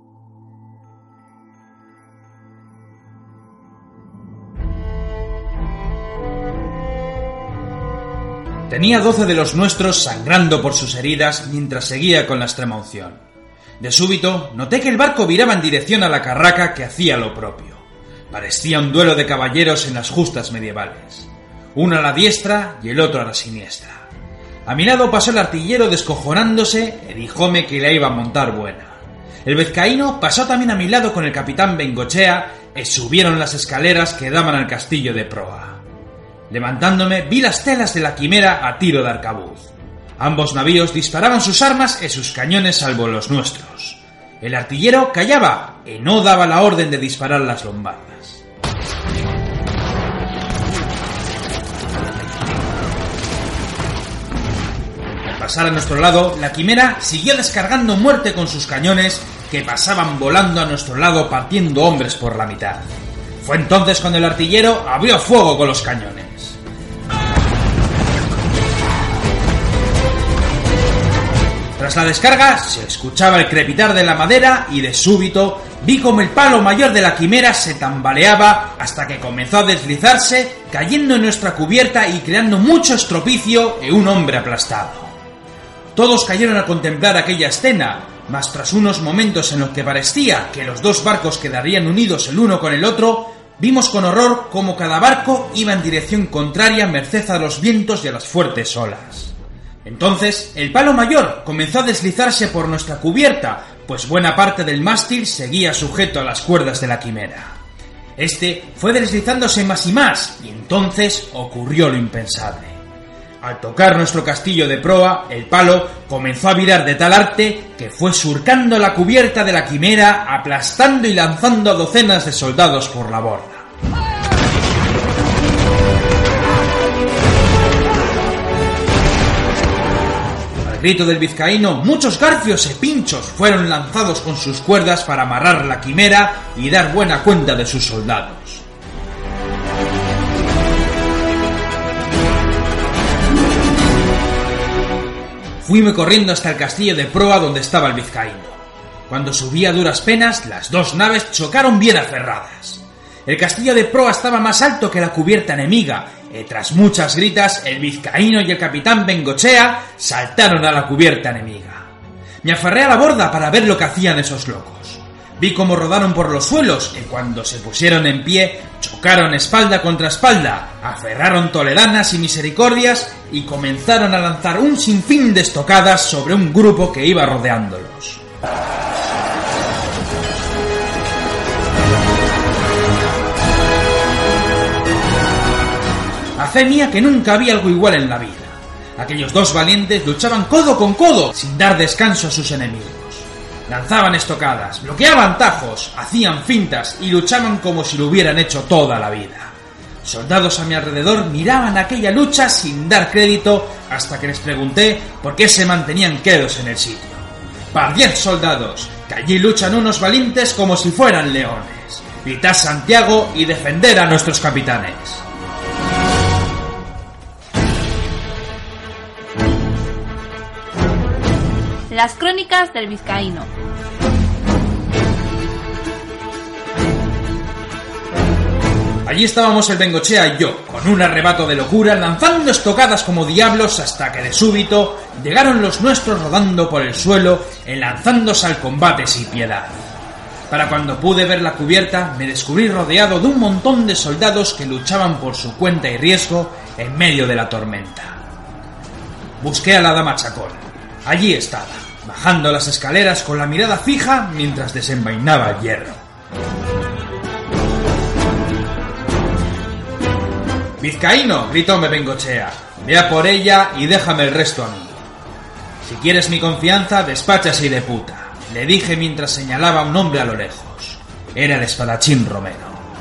Tenía doce de los nuestros sangrando por sus heridas mientras seguía con la extrema unción. De súbito, noté que el barco viraba en dirección a la carraca que hacía lo propio. Parecía un duelo de caballeros en las justas medievales. Uno a la diestra y el otro a la siniestra. A mi lado pasó el artillero descojonándose y díjome que la iba a montar buena. El vizcaíno pasó también a mi lado con el capitán Bengochea y subieron las escaleras que daban al castillo de proa. Levantándome, vi las telas de la quimera a tiro de arcabuz. Ambos navíos disparaban sus armas y sus cañones salvo los nuestros. El artillero callaba y no daba la orden de disparar las lombardas. Al pasar a nuestro lado, la quimera siguió descargando muerte con sus cañones que pasaban volando a nuestro lado partiendo hombres por la mitad. Fue entonces cuando el artillero abrió fuego con los cañones. Tras la descarga se escuchaba el crepitar de la madera y de súbito vi como el palo mayor de la quimera se tambaleaba hasta que comenzó a deslizarse, cayendo en nuestra cubierta y creando mucho estropicio y un hombre aplastado. Todos cayeron a contemplar aquella escena, mas tras unos momentos en los que parecía que los dos barcos quedarían unidos el uno con el otro, vimos con horror cómo cada barco iba en dirección contraria merced a los vientos y a las fuertes olas. Entonces, el palo mayor comenzó a deslizarse por nuestra cubierta, pues buena parte del mástil seguía sujeto a las cuerdas de la quimera. Este fue deslizándose más y más, y entonces ocurrió lo impensable. Al tocar nuestro castillo de proa, el palo comenzó a virar de tal arte que fue surcando la cubierta de la quimera, aplastando y lanzando a docenas de soldados por la borda. Grito del vizcaíno, muchos garfios y pinchos fueron lanzados con sus cuerdas para amarrar la quimera y dar buena cuenta de sus soldados. Fuime corriendo hasta el castillo de proa donde estaba el vizcaíno. Cuando subí a duras penas, las dos naves chocaron bien aferradas. El castillo de proa estaba más alto que la cubierta enemiga, y tras muchas gritas, el vizcaíno y el capitán Bengochea saltaron a la cubierta enemiga. Me aferré a la borda para ver lo que hacían esos locos. Vi cómo rodaron por los suelos, y cuando se pusieron en pie, chocaron espalda contra espalda, aferraron toledanas y misericordias, y comenzaron a lanzar un sinfín de estocadas sobre un grupo que iba rodeándolos. fe mía que nunca había algo igual en la vida. Aquellos dos valientes luchaban codo con codo, sin dar descanso a sus enemigos. Lanzaban estocadas, bloqueaban tajos, hacían fintas y luchaban como si lo hubieran hecho toda la vida. Soldados a mi alrededor miraban aquella lucha sin dar crédito hasta que les pregunté por qué se mantenían quedos en el sitio. ¡Par diez soldados! Que allí luchan unos valientes como si fueran leones. Gritad Santiago y defender a nuestros capitanes. Las crónicas del vizcaíno. Allí estábamos el Bengochea y yo, con un arrebato de locura, lanzando estocadas como diablos hasta que de súbito llegaron los nuestros rodando por el suelo, enlazándose al combate sin piedad. Para cuando pude ver la cubierta, me descubrí rodeado de un montón de soldados que luchaban por su cuenta y riesgo en medio de la tormenta. Busqué a la dama Chacón. Allí estaba, bajando las escaleras con la mirada fija mientras desenvainaba el hierro. «Vizcaíno», gritóme Bengochea, «vea por ella y déjame el resto a mí. Si quieres mi confianza, despacha así de puta», le dije mientras señalaba a un hombre a lo lejos. Era el espadachín Romero.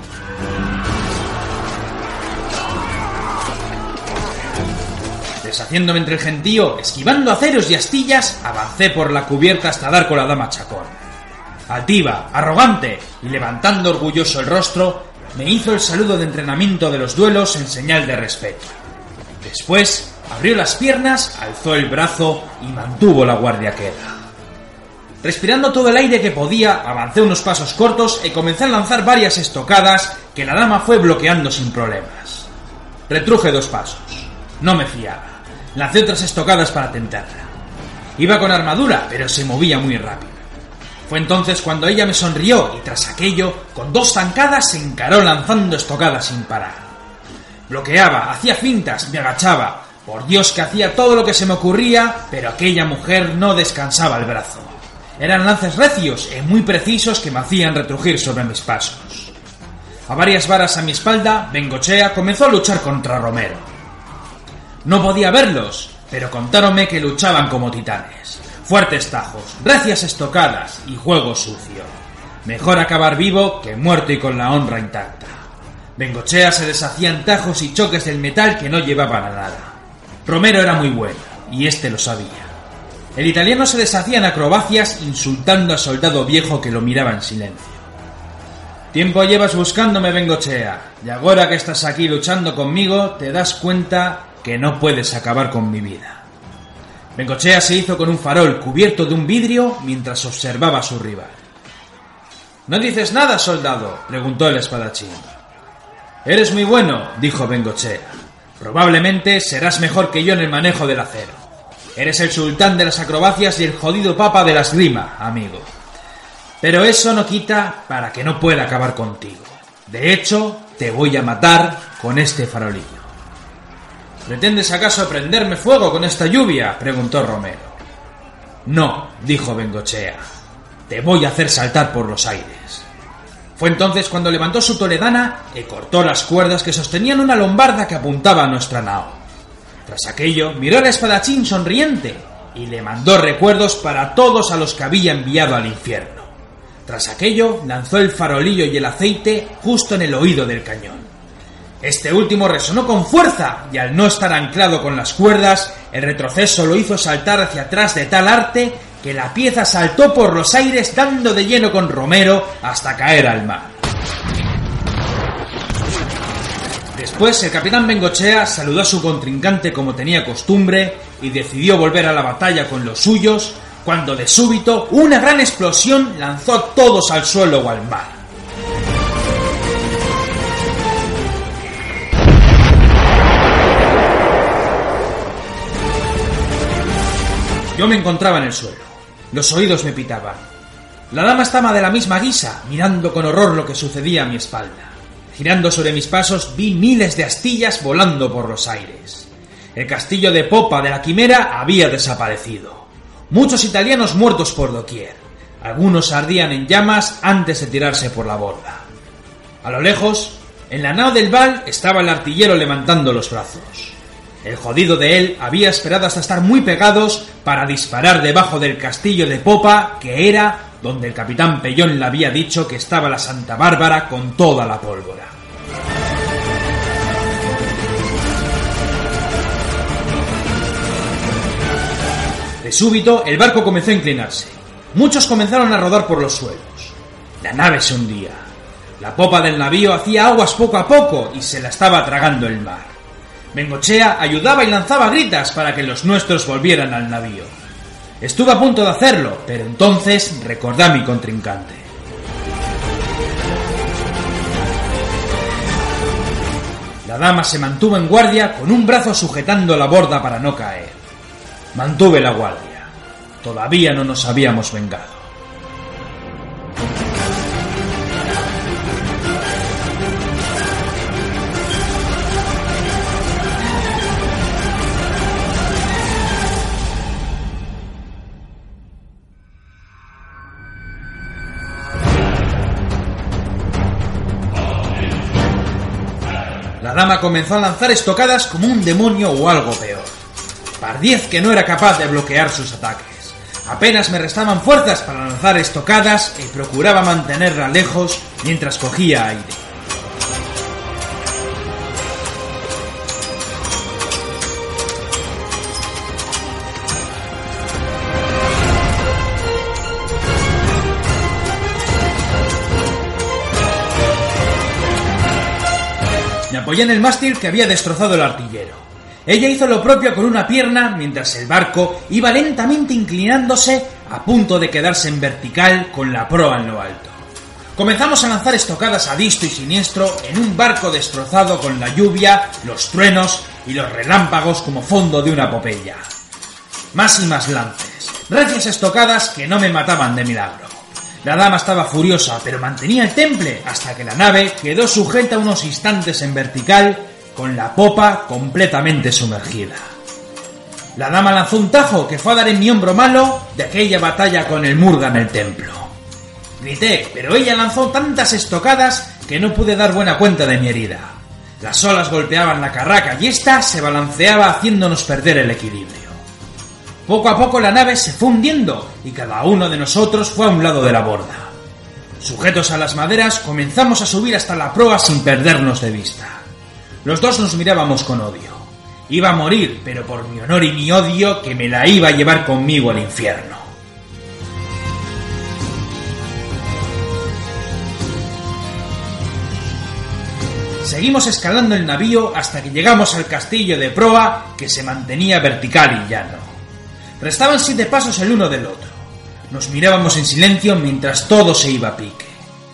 Deshaciéndome entre el gentío, esquivando aceros y astillas, avancé por la cubierta hasta dar con la dama Chacón. Altiva, arrogante y levantando orgulloso el rostro, me hizo el saludo de entrenamiento de los duelos en señal de respeto. Después abrió las piernas, alzó el brazo y mantuvo la guardia queda. Respirando todo el aire que podía, avancé unos pasos cortos y comencé a lanzar varias estocadas que la dama fue bloqueando sin problemas. Retruje dos pasos. No me fiaba. Lancé otras estocadas para tentarla. Iba con armadura, pero se movía muy rápido. Fue entonces cuando ella me sonrió y tras aquello, con dos zancadas se encaró lanzando estocadas sin parar. Bloqueaba, hacía fintas, me agachaba. Por Dios que hacía todo lo que se me ocurría, pero aquella mujer no descansaba el brazo. Eran lances recios y muy precisos que me hacían retrujir sobre mis pasos. A varias varas a mi espalda, Bengochea comenzó a luchar contra Romero. No podía verlos, pero contáronme que luchaban como titanes. Fuertes tajos, recias estocadas y juego sucio. Mejor acabar vivo que muerto y con la honra intacta. Bengochea se deshacía en tajos y choques del metal que no llevaban a nada. Romero era muy bueno, y este lo sabía. El italiano se deshacía en acrobacias insultando al soldado viejo que lo miraba en silencio. Tiempo llevas buscándome, Bengochea, y ahora que estás aquí luchando conmigo te das cuenta que no puedes acabar con mi vida. Bengochea se hizo con un farol cubierto de un vidrio mientras observaba a su rival. «¿No dices nada, soldado?», preguntó el espadachín. «Eres muy bueno», dijo Bengochea. «Probablemente serás mejor que yo en el manejo del acero. Eres el sultán de las acrobacias y el jodido papa de la esgrima, amigo. Pero eso no quita para que no pueda acabar contigo. De hecho, te voy a matar con este farolillo». «¿Pretendes acaso prenderme fuego con esta lluvia?», preguntó Romero. «No», dijo Bengochea. «Te voy a hacer saltar por los aires». Fue entonces cuando levantó su toledana y cortó las cuerdas que sostenían una lombarda que apuntaba a nuestra nao. Tras aquello, miró al espadachín sonriente y le mandó recuerdos para todos a los que había enviado al infierno. Tras aquello, lanzó el farolillo y el aceite justo en el oído del cañón. Este último resonó con fuerza y al no estar anclado con las cuerdas, el retroceso lo hizo saltar hacia atrás de tal arte que la pieza saltó por los aires dando de lleno con Romero hasta caer al mar. Después el capitán Bengochea saludó a su contrincante como tenía costumbre y decidió volver a la batalla con los suyos, cuando de súbito una gran explosión lanzó a todos al suelo o al mar. Yo me encontraba en el suelo. Los oídos me pitaban. La dama estaba de la misma guisa, mirando con horror lo que sucedía a mi espalda. Girando sobre mis pasos, vi miles de astillas volando por los aires. El castillo de popa de la Quimera había desaparecido. Muchos italianos muertos por doquier. Algunos ardían en llamas antes de tirarse por la borda. A lo lejos, En la nao del Val estaba el artillero levantando los brazos. El jodido de él había esperado hasta estar muy pegados para disparar debajo del castillo de popa, que era donde el capitán Pellón le había dicho que estaba la Santa Bárbara con toda la pólvora. De súbito, el barco comenzó a inclinarse. Muchos comenzaron a rodar por los suelos. La nave se hundía. La popa del navío hacía aguas poco a poco y se la estaba tragando el mar. Bengochea ayudaba y lanzaba gritas para que los nuestros volvieran al navío. Estuve a punto de hacerlo, pero entonces recordé a mi contrincante. La dama se mantuvo en guardia con un brazo sujetando la borda para no caer. Mantuve la guardia. Todavía no nos habíamos vengado. La dama comenzó a lanzar estocadas como un demonio o algo peor. Pardiez que no era capaz de bloquear sus ataques. Apenas me restaban fuerzas para lanzar estocadas y procuraba mantenerla lejos mientras cogía aire. Me apoyé en el mástil que había destrozado el artillero. Ella hizo lo propio con una pierna mientras el barco iba lentamente inclinándose a punto de quedarse en vertical con la proa en lo alto. Comenzamos a lanzar estocadas a diestro y siniestro en un barco destrozado con la lluvia, los truenos y los relámpagos como fondo de una epopeya. Más y más lances, recias estocadas que no me mataban de milagro. La dama estaba furiosa, pero mantenía el temple hasta que la nave quedó sujeta unos instantes en vertical con la popa completamente sumergida. La dama lanzó un tajo que fue a dar en mi hombro malo de aquella batalla con el Murga en el templo. Grité, pero ella lanzó tantas estocadas que no pude dar buena cuenta de mi herida. Las olas golpeaban la carraca y ésta se balanceaba haciéndonos perder el equilibrio. Poco a poco la nave se fue hundiendo y cada uno de nosotros fue a un lado de la borda. Sujetos a las maderas comenzamos a subir hasta la proa sin perdernos de vista. Los dos nos mirábamos con odio. Iba a morir, pero por mi honor y mi odio que me la iba a llevar conmigo al infierno. Seguimos escalando el navío hasta que llegamos al castillo de proa que se mantenía vertical y llano. Restaban siete pasos el uno del otro. Nos mirábamos en silencio mientras todo se iba a pique.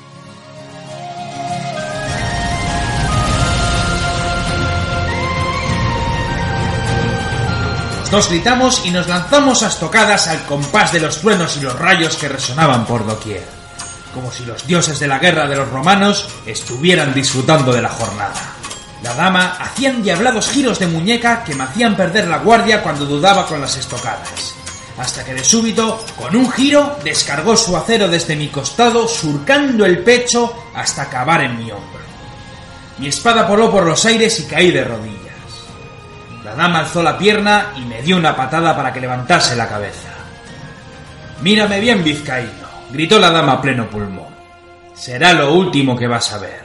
Los dos gritamos y nos lanzamos a estocadas al compás de los truenos y los rayos que resonaban por doquier, como si los dioses de la guerra de los romanos estuvieran disfrutando de la jornada. La dama hacía endiablados giros de muñeca que me hacían perder la guardia cuando dudaba con las estocadas, hasta que de súbito, con un giro, descargó su acero desde mi costado, surcando el pecho hasta acabar en mi hombro. Mi espada voló por los aires y caí de rodillas. La dama alzó la pierna y me dio una patada para que levantase la cabeza. «Mírame bien, vizcaíno», gritó la dama a pleno pulmón. «Será lo último que vas a ver».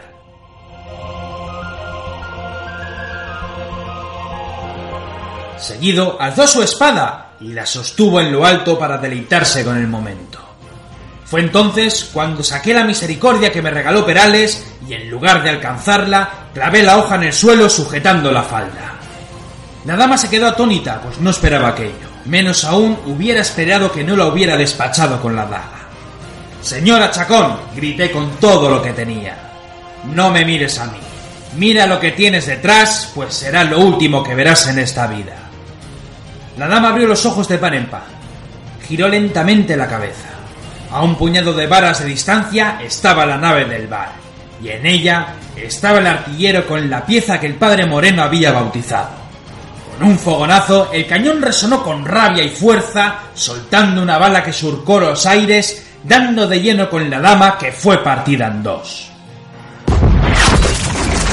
Seguido, alzó su espada y la sostuvo en lo alto para deleitarse con el momento. Fue entonces cuando saqué la misericordia que me regaló Perales y en lugar de alcanzarla, clavé la hoja en el suelo sujetando la falda. La dama se quedó atónita, pues no esperaba aquello. Menos aún hubiera esperado que no la hubiera despachado con la daga. «Señora Chacón», grité con todo lo que tenía, «no me mires a mí. Mira lo que tienes detrás, pues será lo último que verás en esta vida». La dama abrió los ojos de pan en pan. Giró lentamente la cabeza. A un puñado de varas de distancia estaba la nave del bar, y en ella estaba el artillero con la pieza que el padre Moreno había bautizado. Con un fogonazo, el cañón resonó con rabia y fuerza, soltando una bala que surcó los aires, dando de lleno con la dama que fue partida en dos.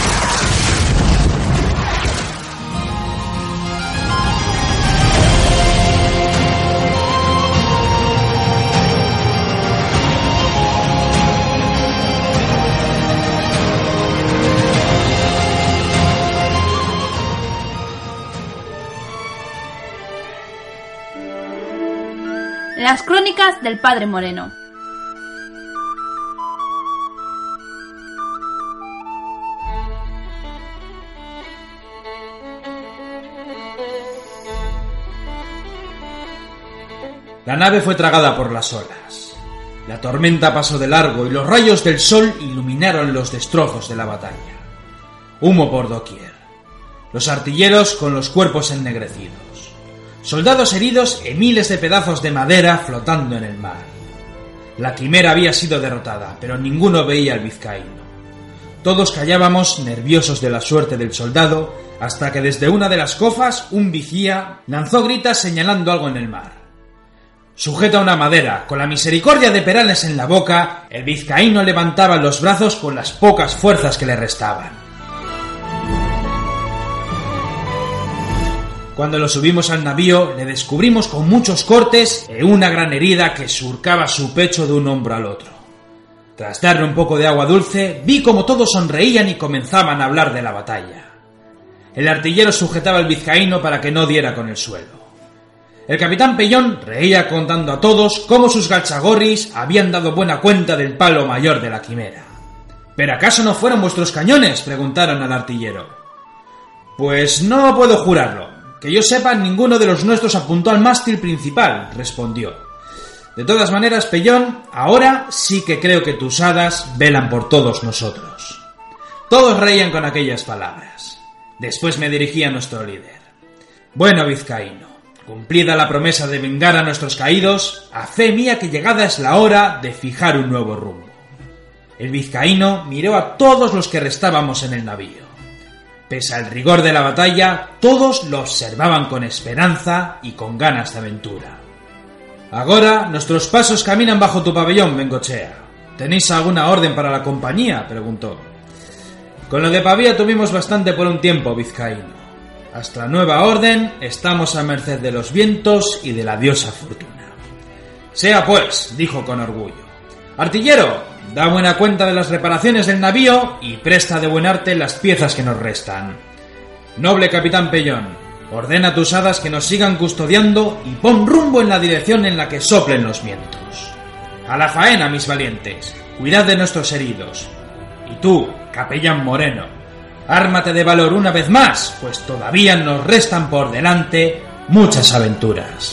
crónicas del Padre Moreno. La nave fue tragada por las olas. La tormenta pasó de largo y los rayos del sol iluminaron los destrozos de la batalla. Humo por doquier. Los artilleros con los cuerpos ennegrecidos. Soldados heridos y miles de pedazos de madera flotando en el mar. La quimera había sido derrotada, pero ninguno veía al vizcaíno. Todos callábamos, nerviosos de la suerte del soldado, hasta que desde una de las cofas un vigía lanzó gritas señalando algo en el mar. Sujeto a una madera, con la misericordia de Perales en la boca, el vizcaíno levantaba los brazos con las pocas fuerzas que le restaban. Cuando lo subimos al navío, le descubrimos con muchos cortes y una gran herida que surcaba su pecho de un hombro al otro. Tras darle un poco de agua dulce, vi como todos sonreían y comenzaban a hablar de la batalla. El artillero sujetaba al vizcaíno para que no diera con el suelo. El capitán Pellón reía contando a todos cómo sus galchagorris habían dado buena cuenta del palo mayor de la quimera. ¿Pero acaso no fueron vuestros cañones?, preguntaron al artillero. Pues no puedo jurarlo. Que yo sepa, ninguno de los nuestros apuntó al mástil principal, respondió. De todas maneras, Pellón, ahora sí que creo que tus hadas velan por todos nosotros. Todos reían con aquellas palabras. Después me dirigí a nuestro líder. Bueno, vizcaíno, cumplida la promesa de vengar a nuestros caídos, a fe mía que llegada es la hora de fijar un nuevo rumbo. El vizcaíno miró a todos los que restábamos en el navío. Pese al rigor de la batalla, todos lo observaban con esperanza y con ganas de aventura. Ahora nuestros pasos caminan bajo tu pabellón, Bengochea. ¿Tenéis alguna orden para la compañía?, preguntó. Con lo de Pavía tuvimos bastante por un tiempo, vizcaíno. Hasta nueva orden, estamos a merced de los vientos y de la diosa fortuna. Sea pues, dijo con orgullo. Artillero, da buena cuenta de las reparaciones del navío y presta de buen arte las piezas que nos restan. Noble capitán Pellón, ordena a tus hadas que nos sigan custodiando y pon rumbo en la dirección en la que soplen los vientos. A la faena, mis valientes, cuidad de nuestros heridos. Y tú, capellán Moreno, ármate de valor una vez más, pues todavía nos restan por delante muchas aventuras.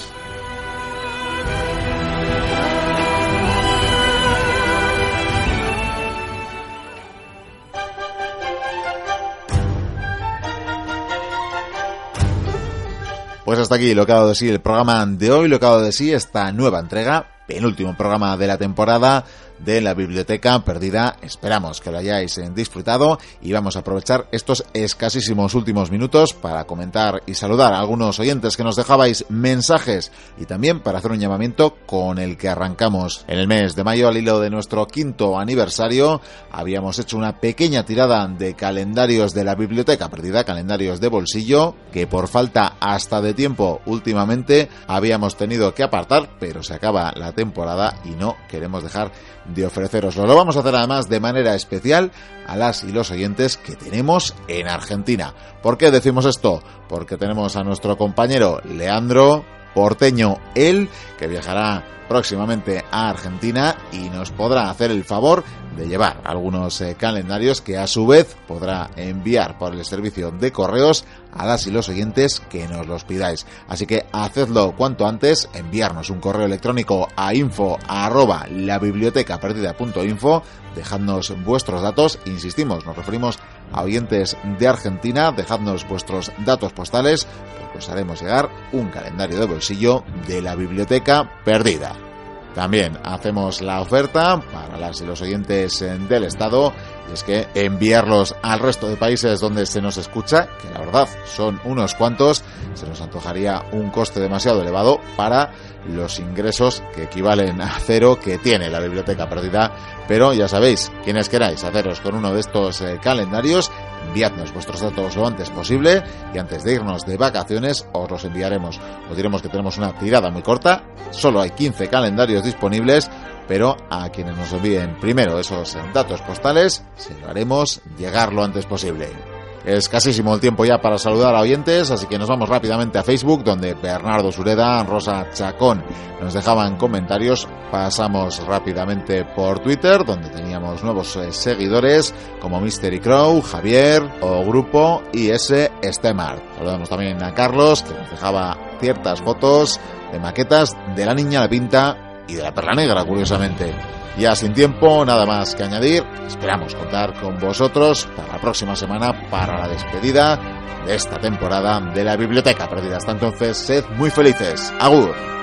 Pues hasta aquí lo que ha dado de sí el programa de hoy, lo que ha dado de sí esta nueva entrega, penúltimo programa de la temporada de la Biblioteca Perdida. Esperamos que lo hayáis disfrutado y vamos a aprovechar estos escasísimos últimos minutos para comentar y saludar a algunos oyentes que nos dejabais mensajes y también para hacer un llamamiento con el que arrancamos en el mes de mayo al hilo de nuestro quinto aniversario. Habíamos hecho una pequeña tirada de calendarios de la Biblioteca Perdida, calendarios de bolsillo, que por falta hasta de tiempo últimamente habíamos tenido que apartar, pero se acaba la temporada y no queremos dejar de ofreceroslo. Lo vamos a hacer además de manera especial a las y los oyentes que tenemos en Argentina. ¿Por qué decimos esto? Porque tenemos a nuestro compañero Leandro, porteño él, que viajará próximamente a Argentina y nos podrá hacer el favor de llevar algunos eh, calendarios que a su vez podrá enviar por el servicio de correos a las y los oyentes que nos los pidáis. Así que hacedlo cuanto antes, enviarnos un correo electrónico a info arroba labibliotecaperdida.info, dejadnos vuestros datos, insistimos, nos referimos a oyentes de Argentina, dejadnos vuestros datos postales, porque os haremos llegar un calendario de bolsillo de la Biblioteca Perdida. También hacemos la oferta para las y los oyentes del Estado, y es que enviarlos al resto de países donde se nos escucha, que la verdad son unos cuantos, se nos antojaría un coste demasiado elevado para los ingresos que equivalen a cero que tiene la Biblioteca Perdida. Pero ya sabéis, quienes queráis haceros con uno de estos eh, calendarios, enviadnos vuestros datos lo antes posible y antes de irnos de vacaciones os los enviaremos. Os diremos que tenemos una tirada muy corta, solo hay quince calendarios disponibles, pero a quienes nos envíen primero esos datos postales se lo haremos llegar lo antes posible. escasísimo el tiempo ya para saludar a oyentes, así que nos vamos rápidamente a Facebook, donde Bernardo Sureda, Rosa Chacón nos dejaban comentarios. Pasamos rápidamente por Twitter, donde teníamos nuevos eh, seguidores como Mystery Crow, Javier o Grupo I S Stemart. Saludamos también a Carlos, que nos dejaba ciertas fotos de maquetas de la Niña La Pinta y de la Perla Negra, curiosamente. Ya sin tiempo, nada más que añadir. Esperamos contar con vosotros para la próxima semana, para la despedida de esta temporada de la Biblioteca Perdida. Hasta entonces, sed muy felices. Agur.